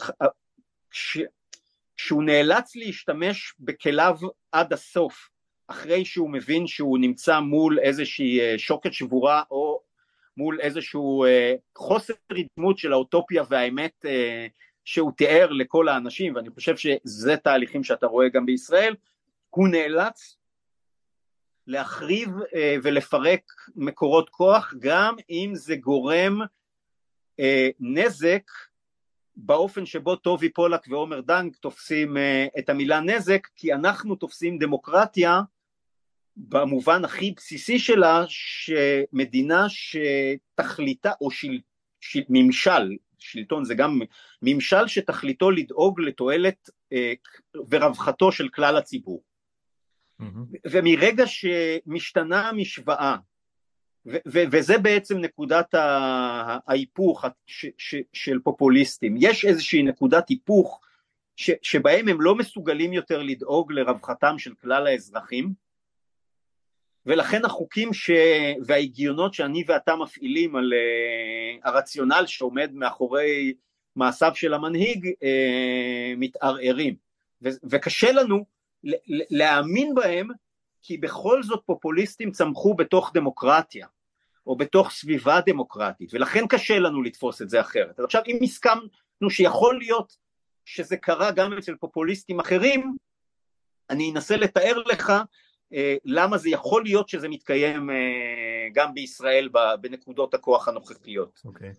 שהוא נאלץ להשתמש בכליו עד הסוף, אחרי שהוא מבין שהוא נמצא מול איזושהי שוקת שבורה, או מול איזשהו חוסר דמות של האוטופיה והאמת שהוא תיאר לכל האנשים, ואני חושב שזה תהליכים שאתה רואה גם בישראל, הוא נאלץ להחריב ולפרק מקורות כוח, גם אם זה גורם נזק, באופן שבו טובי פולק ועומר דנק תופסים את המילה נזק, כי אנחנו תופסים דמוקרטיה במובן הכי בסיסי שלה, שמדינה שתכליתה, או ממשל, שלטון זה גם ממשל שתכליתו לדאוג לתועלת ורווחתו של כלל הציבור. ומרגע שמשתנה המשוואה, וזה בעצם נקודת ההיפוך של פופוליסטים, יש איזושהי נקודת היפוך שבהם הם לא מסוגלים יותר לדאוג לרווחתם של כלל האזרחים, ולכן החוקים וההגיונות שאני ואתה מפעילים על הרציונל שעומד מאחורי מעשיו של המנהיג מתערערים, וקשה לנו להאמין בהם, כי בכל זאת פופוליסטים צמחו בתוך דמוקרטיה, או בתוך סביבה דמוקרטית, ולכן קשה לנו לתפוס את זה אחרת. אז עכשיו אם הסכמנו שיכול להיות שזה קרה גם אצל פופוליסטים אחרים, אני אנסה לתאר לך למה זה יכול להיות שזה מתקיים גם בישראל בנקודות הכוח הנוכחיות. אוקיי.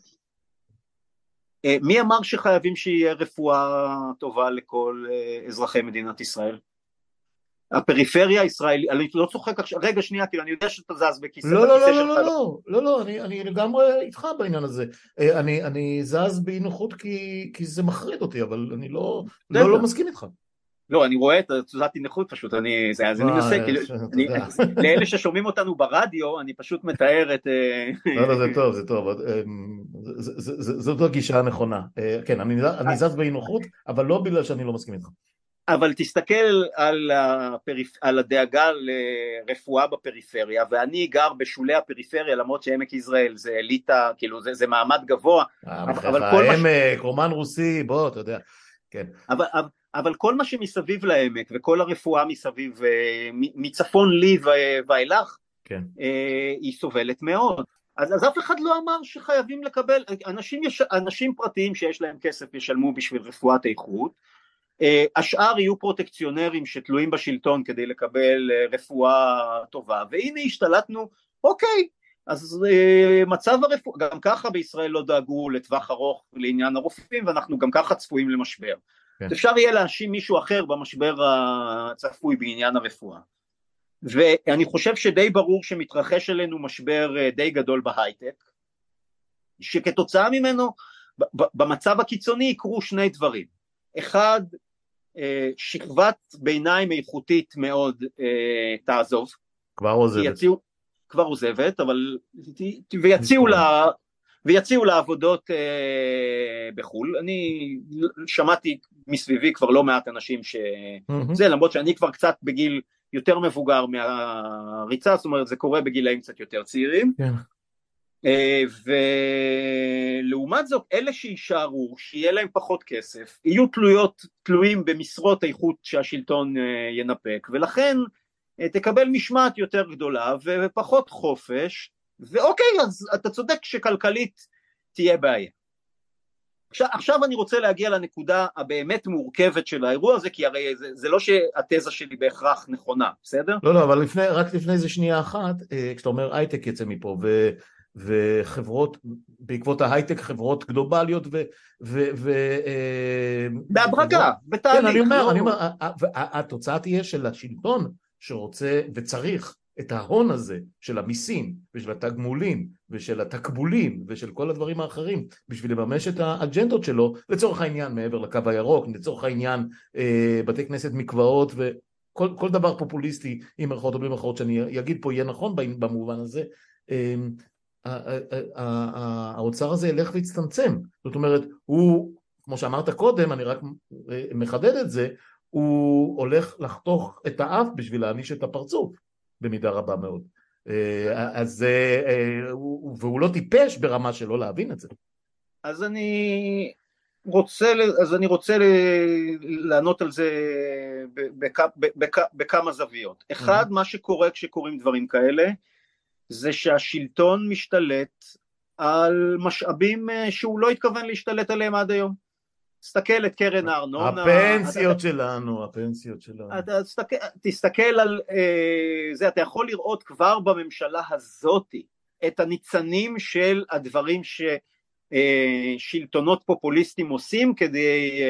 מי אמר שחייבים שיהיה רפואה טובה לכל אזרחי מדינת ישראל? הפריפריה הישראלית, אני לא צוחק עכשיו, רגע שנייה, כאילו אני יודע שאתה זז בכיסא. לא, אני לגמרי איתך בעניין הזה, אני זז באי-נוחות כי זה מחריד אותי, אבל אני לא מסכים איתך. לא, אני רואה את תזוזת אי-נוחות פשוט, אז אני מנסה, לאלה ששומעים אותנו ברדיו, אני פשוט מתאר את... לא, זה טוב, זאת הגישה הנכונה, כן, אני זז באי-נוחות, אבל לא בגלל שאני לא מסכים איתך. אבל תסתכל על הדאגה לרפואה בפריפריה, ואני גר בשולי הפריפריה, למרות שעמק יזרעאל זה אליטה, כאילו זה מעמד גבוה. העמק, רומן רוסי, בוא, אתה יודע, כן. אבל כל מה שמסביב לעמק, וכל הרפואה מסביב, מצפון לי ואילך, היא סובלת מאוד. אז אף אחד לא אמר שחייבים לקבל, אנשים פרטיים שיש להם כסף ישלמו בשביל רפואת איכות, השאר יהיו פרוטקציונרים שתלויים בשלטון כדי לקבל רפואה טובה, והנה השתלטנו, אוקיי, אז מצב הרפואה, גם ככה בישראל לא דאגו לטווח ארוך לעניין הרופאים, ואנחנו גם ככה צפויים למשבר. אפשר יהיה להאשים מישהו אחר במשבר הצפוי בעניין הרפואה. ואני חושב שדי ברור שמתרחש עלינו משבר די גדול בהייטק, שכתוצאה ממנו, במצב הקיצוני יקרו שני דברים. אחד, שכבת ביניים איכותית מאוד תעזוב. כבר עוזבת, אבל ויציעו לעבודות בחול. אני שמעתי מסביבי כבר לא מעט אנשים שזה, למרות שאני כבר קצת בגיל יותר מבוגר מהריצה, זאת אומרת זה קורה בגילאים קצת יותר צעירים. כן. ולעומת זאת אלה שישארו, שיהיה להם פחות כסף, יהיו תלויים במשרות איכות שהשלטון ינפק, ולכן תקבל משמעת יותר גדולה ופחות חופש, ואוקיי, אז אתה צודק שכלכלית תהיה בעיה. עכשיו אני רוצה להגיע לנקודה הבאמת מורכבת של האירוע הזה, כי הרי זה לא שהתזה שלי בהכרח נכונה, בסדר? לא, לא, אבל רק לפני איזה שנייה אחת, כשאתה אומר הייטק יצא מפה, וחברות, בעקבות ההייטק חברות גלובליות בהדרגה, כן, אני בתהליך, אומר, לא... התוצאה תהיה של השלטון שרוצה וצריך את ההון הזה של המיסים ושל התגמולים ושל התקבולים ושל כל הדברים האחרים בשביל לממש את האג'נדות שלו, לצורך העניין מעבר לקו הירוק, לצורך העניין בתי כנסת, מקוואות וכל דבר פופוליסטי עם מרכאות או בלי מרכאות שאני אגיד פה יהיה נכון במובן הזה. האוצר הזה ילך והצטמצם, זאת אומרת הוא, כמו שאמרת קודם, אני רק מחדד את זה, הוא הולך לחתוך את האף בשביל להעניש את הפרצוף במידה רבה מאוד, אז והוא לא טיפש ברמה שלא להבין את זה. אז אני רוצה לענות על זה בכמה זוויות. אחד, מה שקורה כשקורים דברים כאלה, זה שהשלטון משתלט על משאבים שהוא לא התכוון להשתלט עליהם עד היום. תסתכל את קרן הארנונה. הפנסיות שלנו. תסתכל על זה, אתה יכול לראות כבר בממשלה הזאת את הניצנים של הדברים ששלטונות פופוליסטים עושים כדי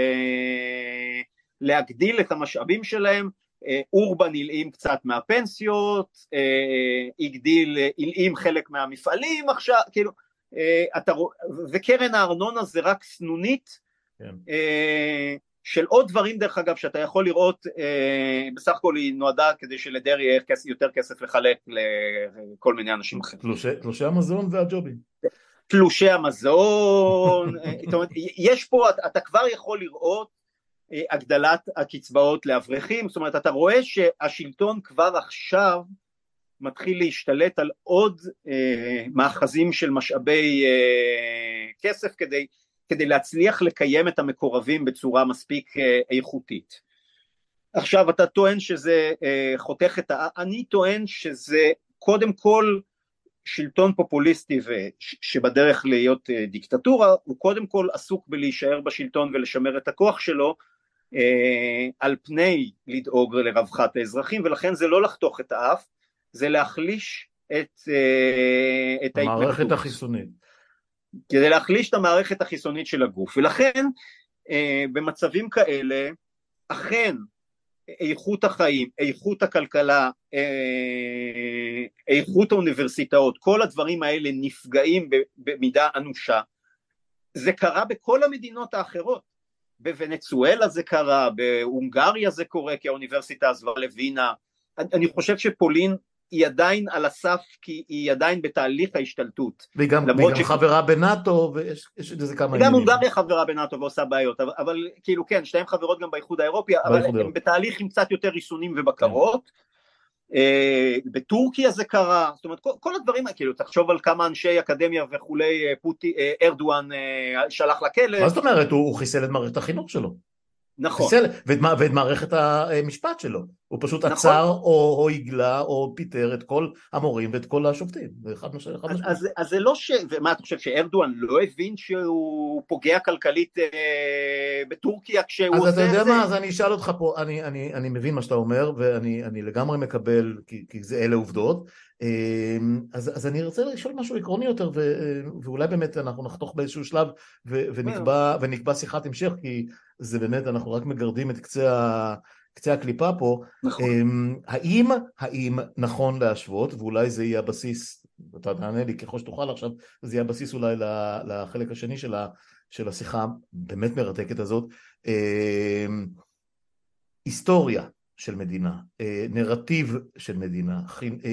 להגדיל את המשאבים שלהם. אורבן הלאים קצת מהפנסיות, הלאים חלק מהמפעלים עכשיו, כאילו, וקרן הארנונה זה רק סנונית, כן. של עוד דברים דרך אגב שאתה יכול לראות, בסך הכל היא נועדה כדי שלדרי יהיה יותר כסף לחלק לכל מיני אנשים אחרים. תלושי המזון והג'ובים. תלושי המזון, זאת אומרת, יש פה, אתה כבר יכול לראות, הגדלת הקצבאות לאברכים, זאת אומרת אתה רואה שהשלטון כבר עכשיו מתחיל להשתלט על עוד מאחזים של משאבי כסף כדי להצליח לקיים את המקורבים בצורה מספיק איכותית. עכשיו אתה טוען שזה חותך אני טוען שזה קודם כל שלטון פופוליסטי שבדרך להיות דיקטטורה, הוא קודם כל עסוק בלהישאר בשלטון ולשמר את הכוח שלו, על פני לדאוג לרווחת האזרחים, ולכן זה לא לחתוך את האף, זה להחליש את המערכת החיסונית. כדי להחליש את המערכת החיסונית של הגוף, ולכן במצבים כאלה, אכן איכות החיים, איכות הכלכלה, איכות האוניברסיטאות, כל הדברים האלה נפגעים במידה אנושה. זה קרה בכל המדינות האחרות, בוונצואלה זה קרה, בהונגריה זה קורה, כי האוניברסיטה עזבה לווינה. אני חושב שפולין היא עדיין על הסף, כי היא עדיין בתהליך ההשתלטות. והיא גם חברה בנאטו, ויש לזה כמה עניינים. גם הונגריה חברה בנאטו ועושה בעיות, אבל כאילו כן, שתיהן חברות גם באיחוד האירופי, אבל הם בתהליך עם קצת יותר ריסונים ובקרות. בטורקיה זה קרה, זאת אומרת, כל הדברים, כאילו, תחשוב על כמה אנשי אקדמיה וכולי, ארדואן שלח לכלא. מה זאת אומרת? הוא חיסל את מערכת החינוך שלו. נכון. ואת מערכת המשפט שלו. הוא פשוט עצר או הגלה או פיטר את כל המורים ואת כל השופטים. אז זה לא ומה אתה חושב, שארדואן לא הבין שהוא פוגע כלכלית בטורקיה כשהוא עושה את זה? אז אתה יודע מה, אז אני אשאל אותך פה, אני מבין מה שאתה אומר, ואני לגמרי מקבל, כי זה אלה עובדות, אז אני רוצה לשאול משהו עקרוני יותר, ואולי באמת אנחנו נחתוך באיזשהו שלב, ונקבע שיחת המשך, כי זה באמת, אנחנו רק מגרדים את קצה הקליפה פה. נכון. האם נכון להשוות, ואולי זה יהיה הבסיס, אתה תענה לי ככל שתוכל עכשיו, זה יהיה הבסיס אולי לחלק השני של השיחה באמת מרתקת הזאת, היסטוריה של מדינה, נרטיב של מדינה,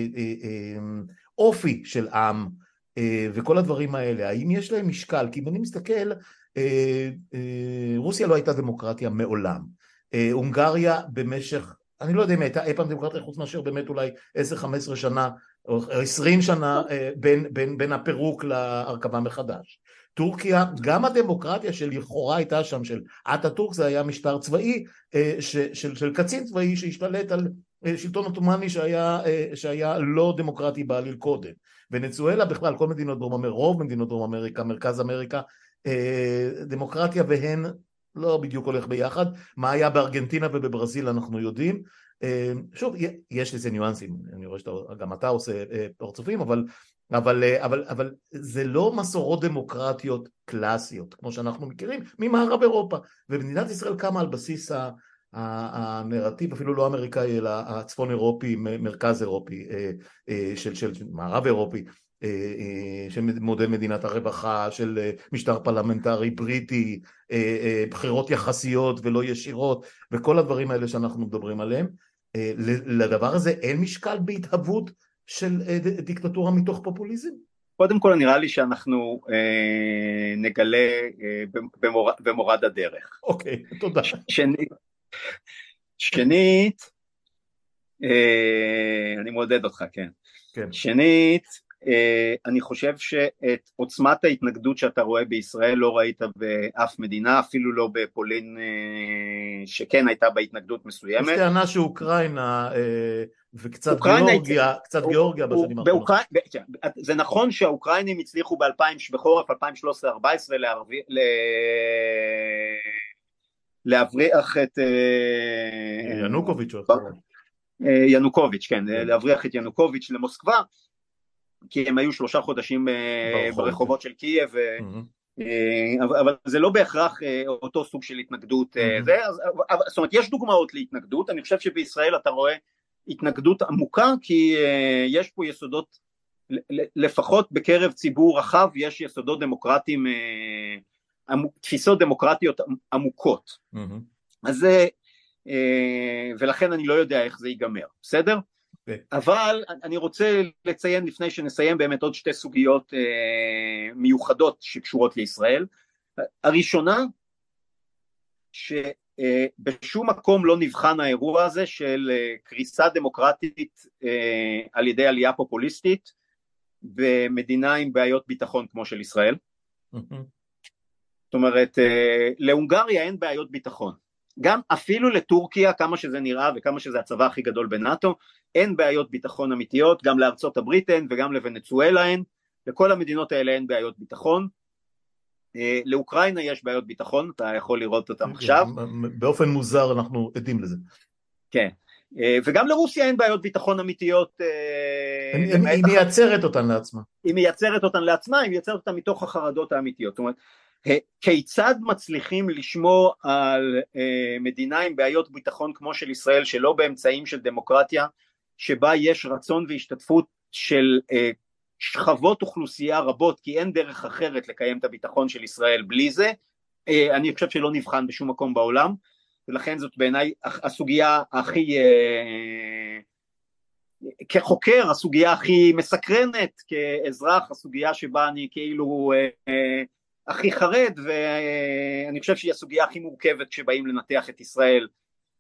אופי של עם, וכל הדברים האלה, האם יש להם משקל? כי אם אני מסתכל, רוסיה לא הייתה דמוקרטיה מעולם, הונגריה במשך, אני לא יודע אם הייתה אי פעם דמוקרטיה חוץ מאשר באמת אולי 10-15 שנה או 20 שנה בין הפירוק להרכבה מחדש. טורקיה, גם הדמוקרטיה של לכאורה הייתה שם, של אטאטורק, זה היה משטר צבאי, של קצין צבאי שהשתלט על שלטון עות'מאני שהיה לא דמוקרטי בעליל קודם. ונצואלה בכלל, כל מדינות דרום אמריקה, רוב מדינות דרום אמריקה, מרכז אמריקה, דמוקרטיה והן לא בדיוק הולך ביחד. מה היה בארגנטינה ובברזיל אנחנו יודעים. שוב, יש לזה ניואנסים, אני רואה שגם אתה עושה פרצופים, אבל זה לא מסורות דמוקרטיות קלאסיות, כמו שאנחנו מכירים ממערב אירופה, ומדינת ישראל קמה על בסיס הנרטיב, אפילו לא אמריקאי, אלא הצפון אירופי, מרכז אירופי, של מערב אירופי, שמודל מדינת הרווחה, של משטר פרלמנטרי בריטי, בחירות יחסיות ולא ישירות, וכל הדברים האלה שאנחנו מדברים עליהם. לדבר הזה אין משקל בהתהוות של דיקטטורה מתוך פופוליזם? קודם כל נראה לי שאנחנו נגלה במורד הדרך. אוקיי, תודה. שנית, אני מעודד אותך, כן. שנית, אני חושב שאת עוצמת ההתנגדות שאתה רואה בישראל לא ראית באף מדינה, אפילו לא בפולין שכן הייתה בהתנגדות מסוימת. יש טענה שאוקראינה קצת גיאורגיה בשנים האחרונות. זה נכון שהאוקראינים הצליחו בחורף 2013-2014 להבריח את ינוקוביץ', כן, להבריח את ינוקוביץ' למוסקבה, כי הם היו 3 חודשים ברחובות של קייב, אבל זה לא בהכרח אותו סוג של התנגדות. זאת אומרת, יש דוגמאות להתנגדות. אני חושב שבישראל אתה רואה התנגדות עמוקה, כי יש פה יסודות, לפחות בקרב ציבור רחב, יש יסודות דמוקרטיים, תפיסות דמוקרטיות עמוקות. אז ולכן אני לא יודע איך זה ייגמר, בסדר? אבל אני רוצה לציין לפני שנסיים באמת עוד 2 סוגיות מיוחדות שקשורות לישראל. הראשונה, שבשום מקום לא נבחן האירוע הזה של קריסה דמוקרטית על ידי עלייה פופוליסטית במדינה עם בעיות ביטחון כמו של ישראל. זאת אומרת, להונגריה אין בעיות ביטחון. גם אפילו לטורקיה, כמה שזה נראה וכמה שזה הצבא הכי גדול בנאטו, אין בעיות ביטחון אמיתיות, גם לארצות הברית אין וגם לוונצואלה אין, לכל המדינות האלה אין בעיות ביטחון. לאוקראינה יש בעיות ביטחון, אתה יכול לראות אותם עכשיו. באופן מוזר אנחנו עדים לזה. כן, וגם לרוסיה אין בעיות ביטחון אמיתיות. היא מייצרת אותן לעצמה. היא מייצרת אותן מתוך החרדות האמיתיות. זאת אומרת, כיצד מצליחים לשמור על מדינה עם בעיות ביטחון כמו של ישראל, שלא באמצעים של דמוקרטיה, שבה יש רצון והשתתפות של שכבות אוכלוסייה רבות, כי אין דרך אחרת לקיים את הביטחון של ישראל בלי זה. אני חושב שלא נבחן בשום מקום בעולם, ולכן זאת בעיניי הסוגיה הכי, כחוקר, הסוגיה הכי מסקרנת, כאזרח, הסוגיה שבה אני כאילו הכי חרד, ואני חושב שהיא הסוגיה הכי מורכבת כשבאים לנתח את ישראל.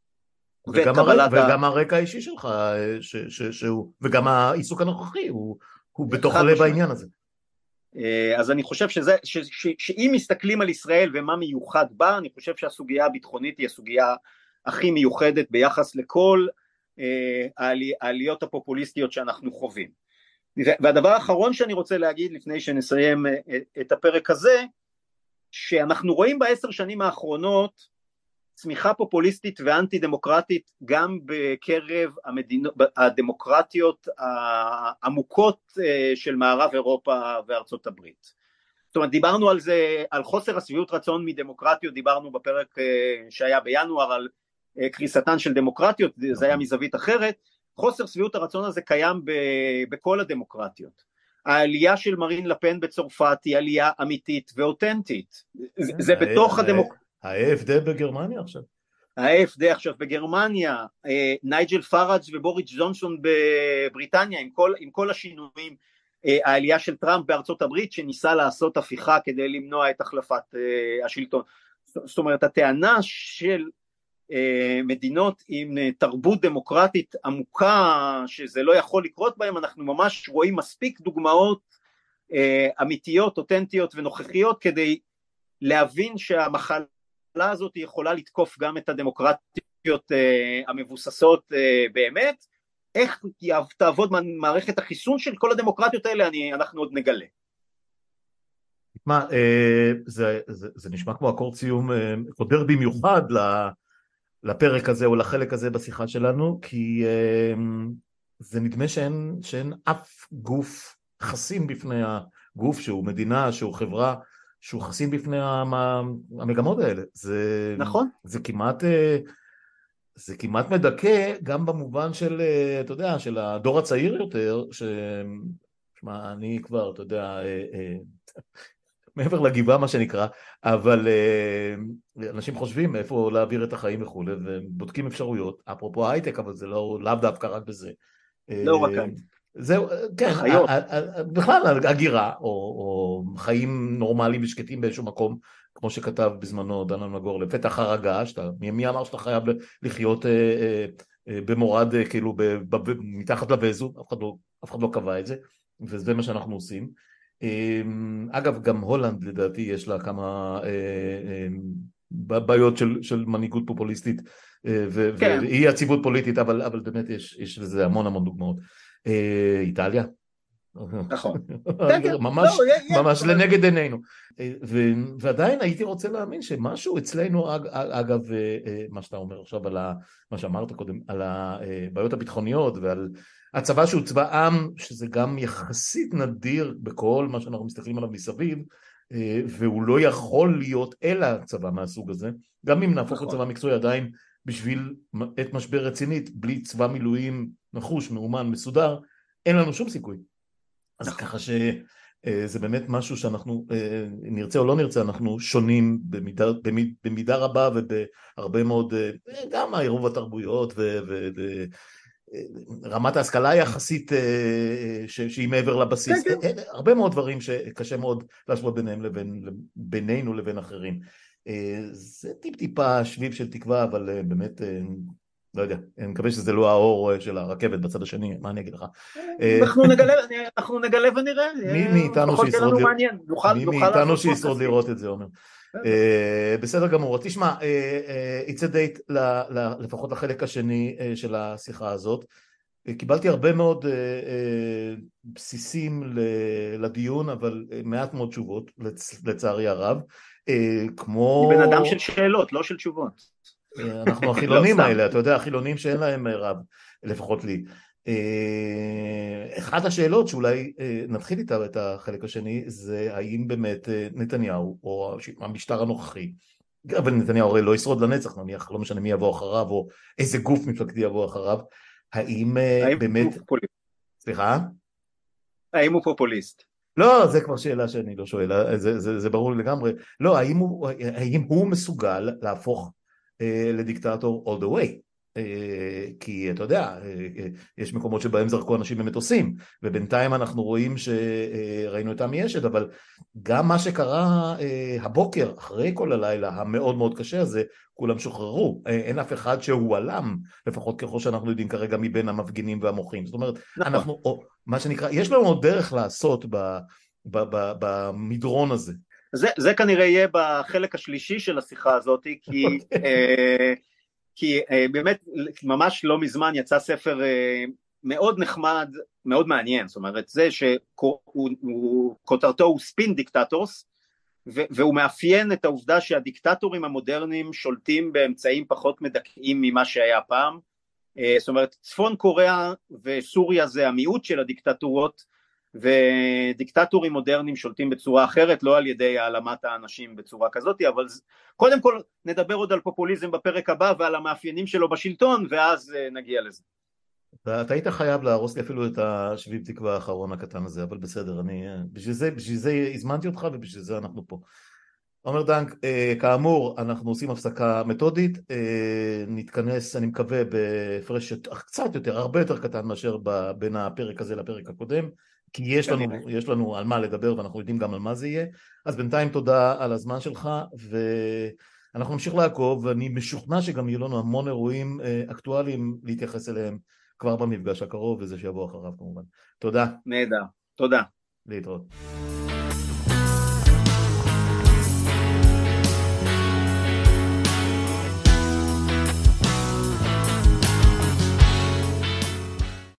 וגם הרקע האישי שלך, וגם העיסוק הנוכחי, הוא בתוך לב העניין הזה. אז אני חושב שאם מסתכלים על ישראל ומה מיוחד בה, אני חושב שהסוגיה הביטחונית היא הסוגיה הכי מיוחדת ביחס לכל העליות הפופוליסטיות שאנחנו חווים. והדבר האחרון שאני רוצה להגיד לפני שנסיים את הפרק הזה, שאנחנו רואים ב10 שנים האחרונות צמיחה פופוליסטית ואנטי דמוקרטית גם בקרב הדמוקרטיות העמוקות של מערב אירופה וארצות הברית. זאת אומרת, דיברנו על זה, על חוסר השביעות רצון מדמוקרטיות, דיברנו בפרק שהיה בינואר על קריסתן של דמוקרטיות, זה היה מזווית אחרת. חוסר שביעות הרצון הזה קיים בכל הדמוקרטיות. העלייה של מרין לפן בצרפת היא עלייה אמיתית ואותנטית. זה בתוך הדמוקרטיה. ה-AFD בגרמניה עכשיו. ה-AFD עכשיו בגרמניה, נייג'ל פאראג' ובוריס ג'ונסון בבריטניה, עם כל השינויים, העלייה של טראמפ בארצות הברית, שניסה לעשות הפיכה כדי למנוע את החלפת השלטון. זאת אומרת, הטענה של מדינות עם תרבות דמוקרטית עמוקה, שזה לא יכול לקרות בהם, אנחנו ממש רואים מספיק דוגמאות אמיתיות, אותנטיות ונוכחיות, כדי להבין שהמחלה הזאת יכולה לתקוף גם את הדמוקרטיות המבוססות באמת. איך תעבוד מערכת החיסון של כל הדמוקרטיות האלה, אנחנו עוד נגלה. מה, זה נשמע כמו אקורד סיום קודר במיוחד לפרק הזה או לחלק הזה בשיחה שלנו, כי זה נדמה שאין אף גוף חסין בפני הגוף שהוא מדינה, שהוא חברה, שהוא חסין בפני המגמות האלה. נכון. זה כמעט מדכא גם במובן של, אתה יודע, של הדור הצעיר יותר, שמה, אני כבר, אתה יודע, מעבר לגבעה מה שנקרא, אבל אנשים חושבים איפה להעביר את החיים וכו', ובודקים אפשרויות, אפרופו הייטק, אבל זה לאו דווקא רק בזה. לא רק הייטק. זהו, כן, החיות. בכלל הגירה, או חיים נורמליים ושקטים באיזשהו מקום, כמו שכתב בזמנו דן אלמגור, לפתח הר הגעש, מי אמר שאתה חייב לחיות במורד, כאילו מתחת לווזו, אף אחד לא קבע את זה, וזה מה שאנחנו עושים. אגב, גם הולנד לדעתי יש לה כמה בעיות של מנהיגות פופוליסטית ואי יציבות פוליטית, אבל באמת יש לזה המון דוגמאות. איטליה, נכון. ממש לנגד עינינו, ועדיין הייתי רוצה להאמין שמשהו אצלנו, אגב מה שאתה אומר עכשיו על מה שאמרת קודם על הבעיות הביטחוניות ועל הצבא שהוא צבא עם, שזה גם יחסית נדיר בכל מה שאנחנו מסתכלים עליו מסביב, והוא לא יכול להיות אלא צבא מהסוג הזה, גם אם נהפוך לצבא מקצועי עדיין בשביל את משבר רצינית, בלי צבא מילואים נחוש, מאומן, מסודר, אין לנו שום סיכוי. אז ככה שזה באמת משהו שאנחנו נרצה או לא נרצה, אנחנו שונים במידה רבה ובהרבה מאוד, גם העירוב התרבויות ורמת ההשכלה היחסית שהיא מעבר לבסיס, הרבה מאוד דברים שקשה מאוד להשוות בינינו לבין אחרים. זה טיפה שביב של תקווה, אבל באמת לא יודע, אני מקווה שזה לא האור של הרכבת בצד השני, מה אני אגיד לך? אנחנו נגלה ונראה. מי מאיתנו שישרוד לראות את זה, אומר. בסדר גמור, תשמע, יצא דייט לפחות לחלק השני של השיחה הזאת. קיבלתי הרבה מאוד בסיסים לדיון, אבל מעט מאוד תשובות, לצערי הרב. כמו... אני בן אדם של שאלות, לא של תשובות. אנחנו החילונים האלה, אתה יודע, החילונים שאין להם רב, לפחות לי. אחת השאלות שאולי נתחיל איתה את החלק השני, זה האם באמת נתניהו, או המשטר הנוכחי, אבל נתניהו הרי לא ישרוד לנצח, נניח, לא משנה מי יבוא אחריו, או איזה גוף מפלגתי יבוא אחריו, האם באמת... סליחה? האם הוא פופוליסט? לא, זה כבר שאלה שאני לא שואל, זה ברור לי לגמרי. לא, האם הוא מסוגל להפוך לדיקטטור all the way, כי אתה יודע, יש מקומות שבהם זרקו אנשים במטוסים, ובינתיים אנחנו רואים שראינו את עמי אשד, אבל גם מה שקרה הבוקר, אחרי כל הלילה המאוד מאוד קשה הזה, כולם שוחררו, אין אף אחד שהועלם, לפחות ככל שאנחנו יודעים כרגע מבין המפגינים והמוחים, זאת אומרת, אנחנו, מה שנקרא, יש לנו עוד דרך לעשות במדרון הזה. זה כנראה יהיה בחלק השלישי של השיחה הזאת, כי באמת ממש לא מזמן יצא ספר מאוד נחמד, מאוד מעניין, זאת אומרת זה שכותרתו הוא ספין דיקטטורס, והוא מאפיין את העובדה שהדיקטטורים המודרניים שולטים באמצעים פחות מדכאים ממה שהיה פעם, זאת אומרת צפון קוריאה וסוריה זה המיעוט של הדיקטטורות, ודיקטטורים מודרניים שולטים בצורה אחרת, לא על ידי העלמת האנשים בצורה כזאת, אבל קודם כל נדבר עוד על פופוליזם בפרק הבא ועל המאפיינים שלו בשלטון, ואז נגיע לזה. אתה היית חייב להרוס לי אפילו את השביב תקווה האחרון הקטן הזה, אבל בסדר, בשביל זה הזמנתי אותך ובשביל זה אנחנו פה. עומר דנק, כאמור אנחנו עושים הפסקה מתודית, נתכנס אני מקווה בפרש קצת יותר, הרבה יותר קטן מאשר בין הפרק הזה לפרק הקודם, כי יש לנו על מה לדבר ואנחנו יודעים גם על מה זה יהיה. אז בינתיים תודה על הזמן שלך, ואנחנו נמשיך לעקוב, ואני משוכנע שגם יהיו לנו המון אירועים אקטואליים להתייחס אליהם כבר במפגש הקרוב, וזה שיבוא אחריו כמובן. תודה. נהדר, תודה. להתראות.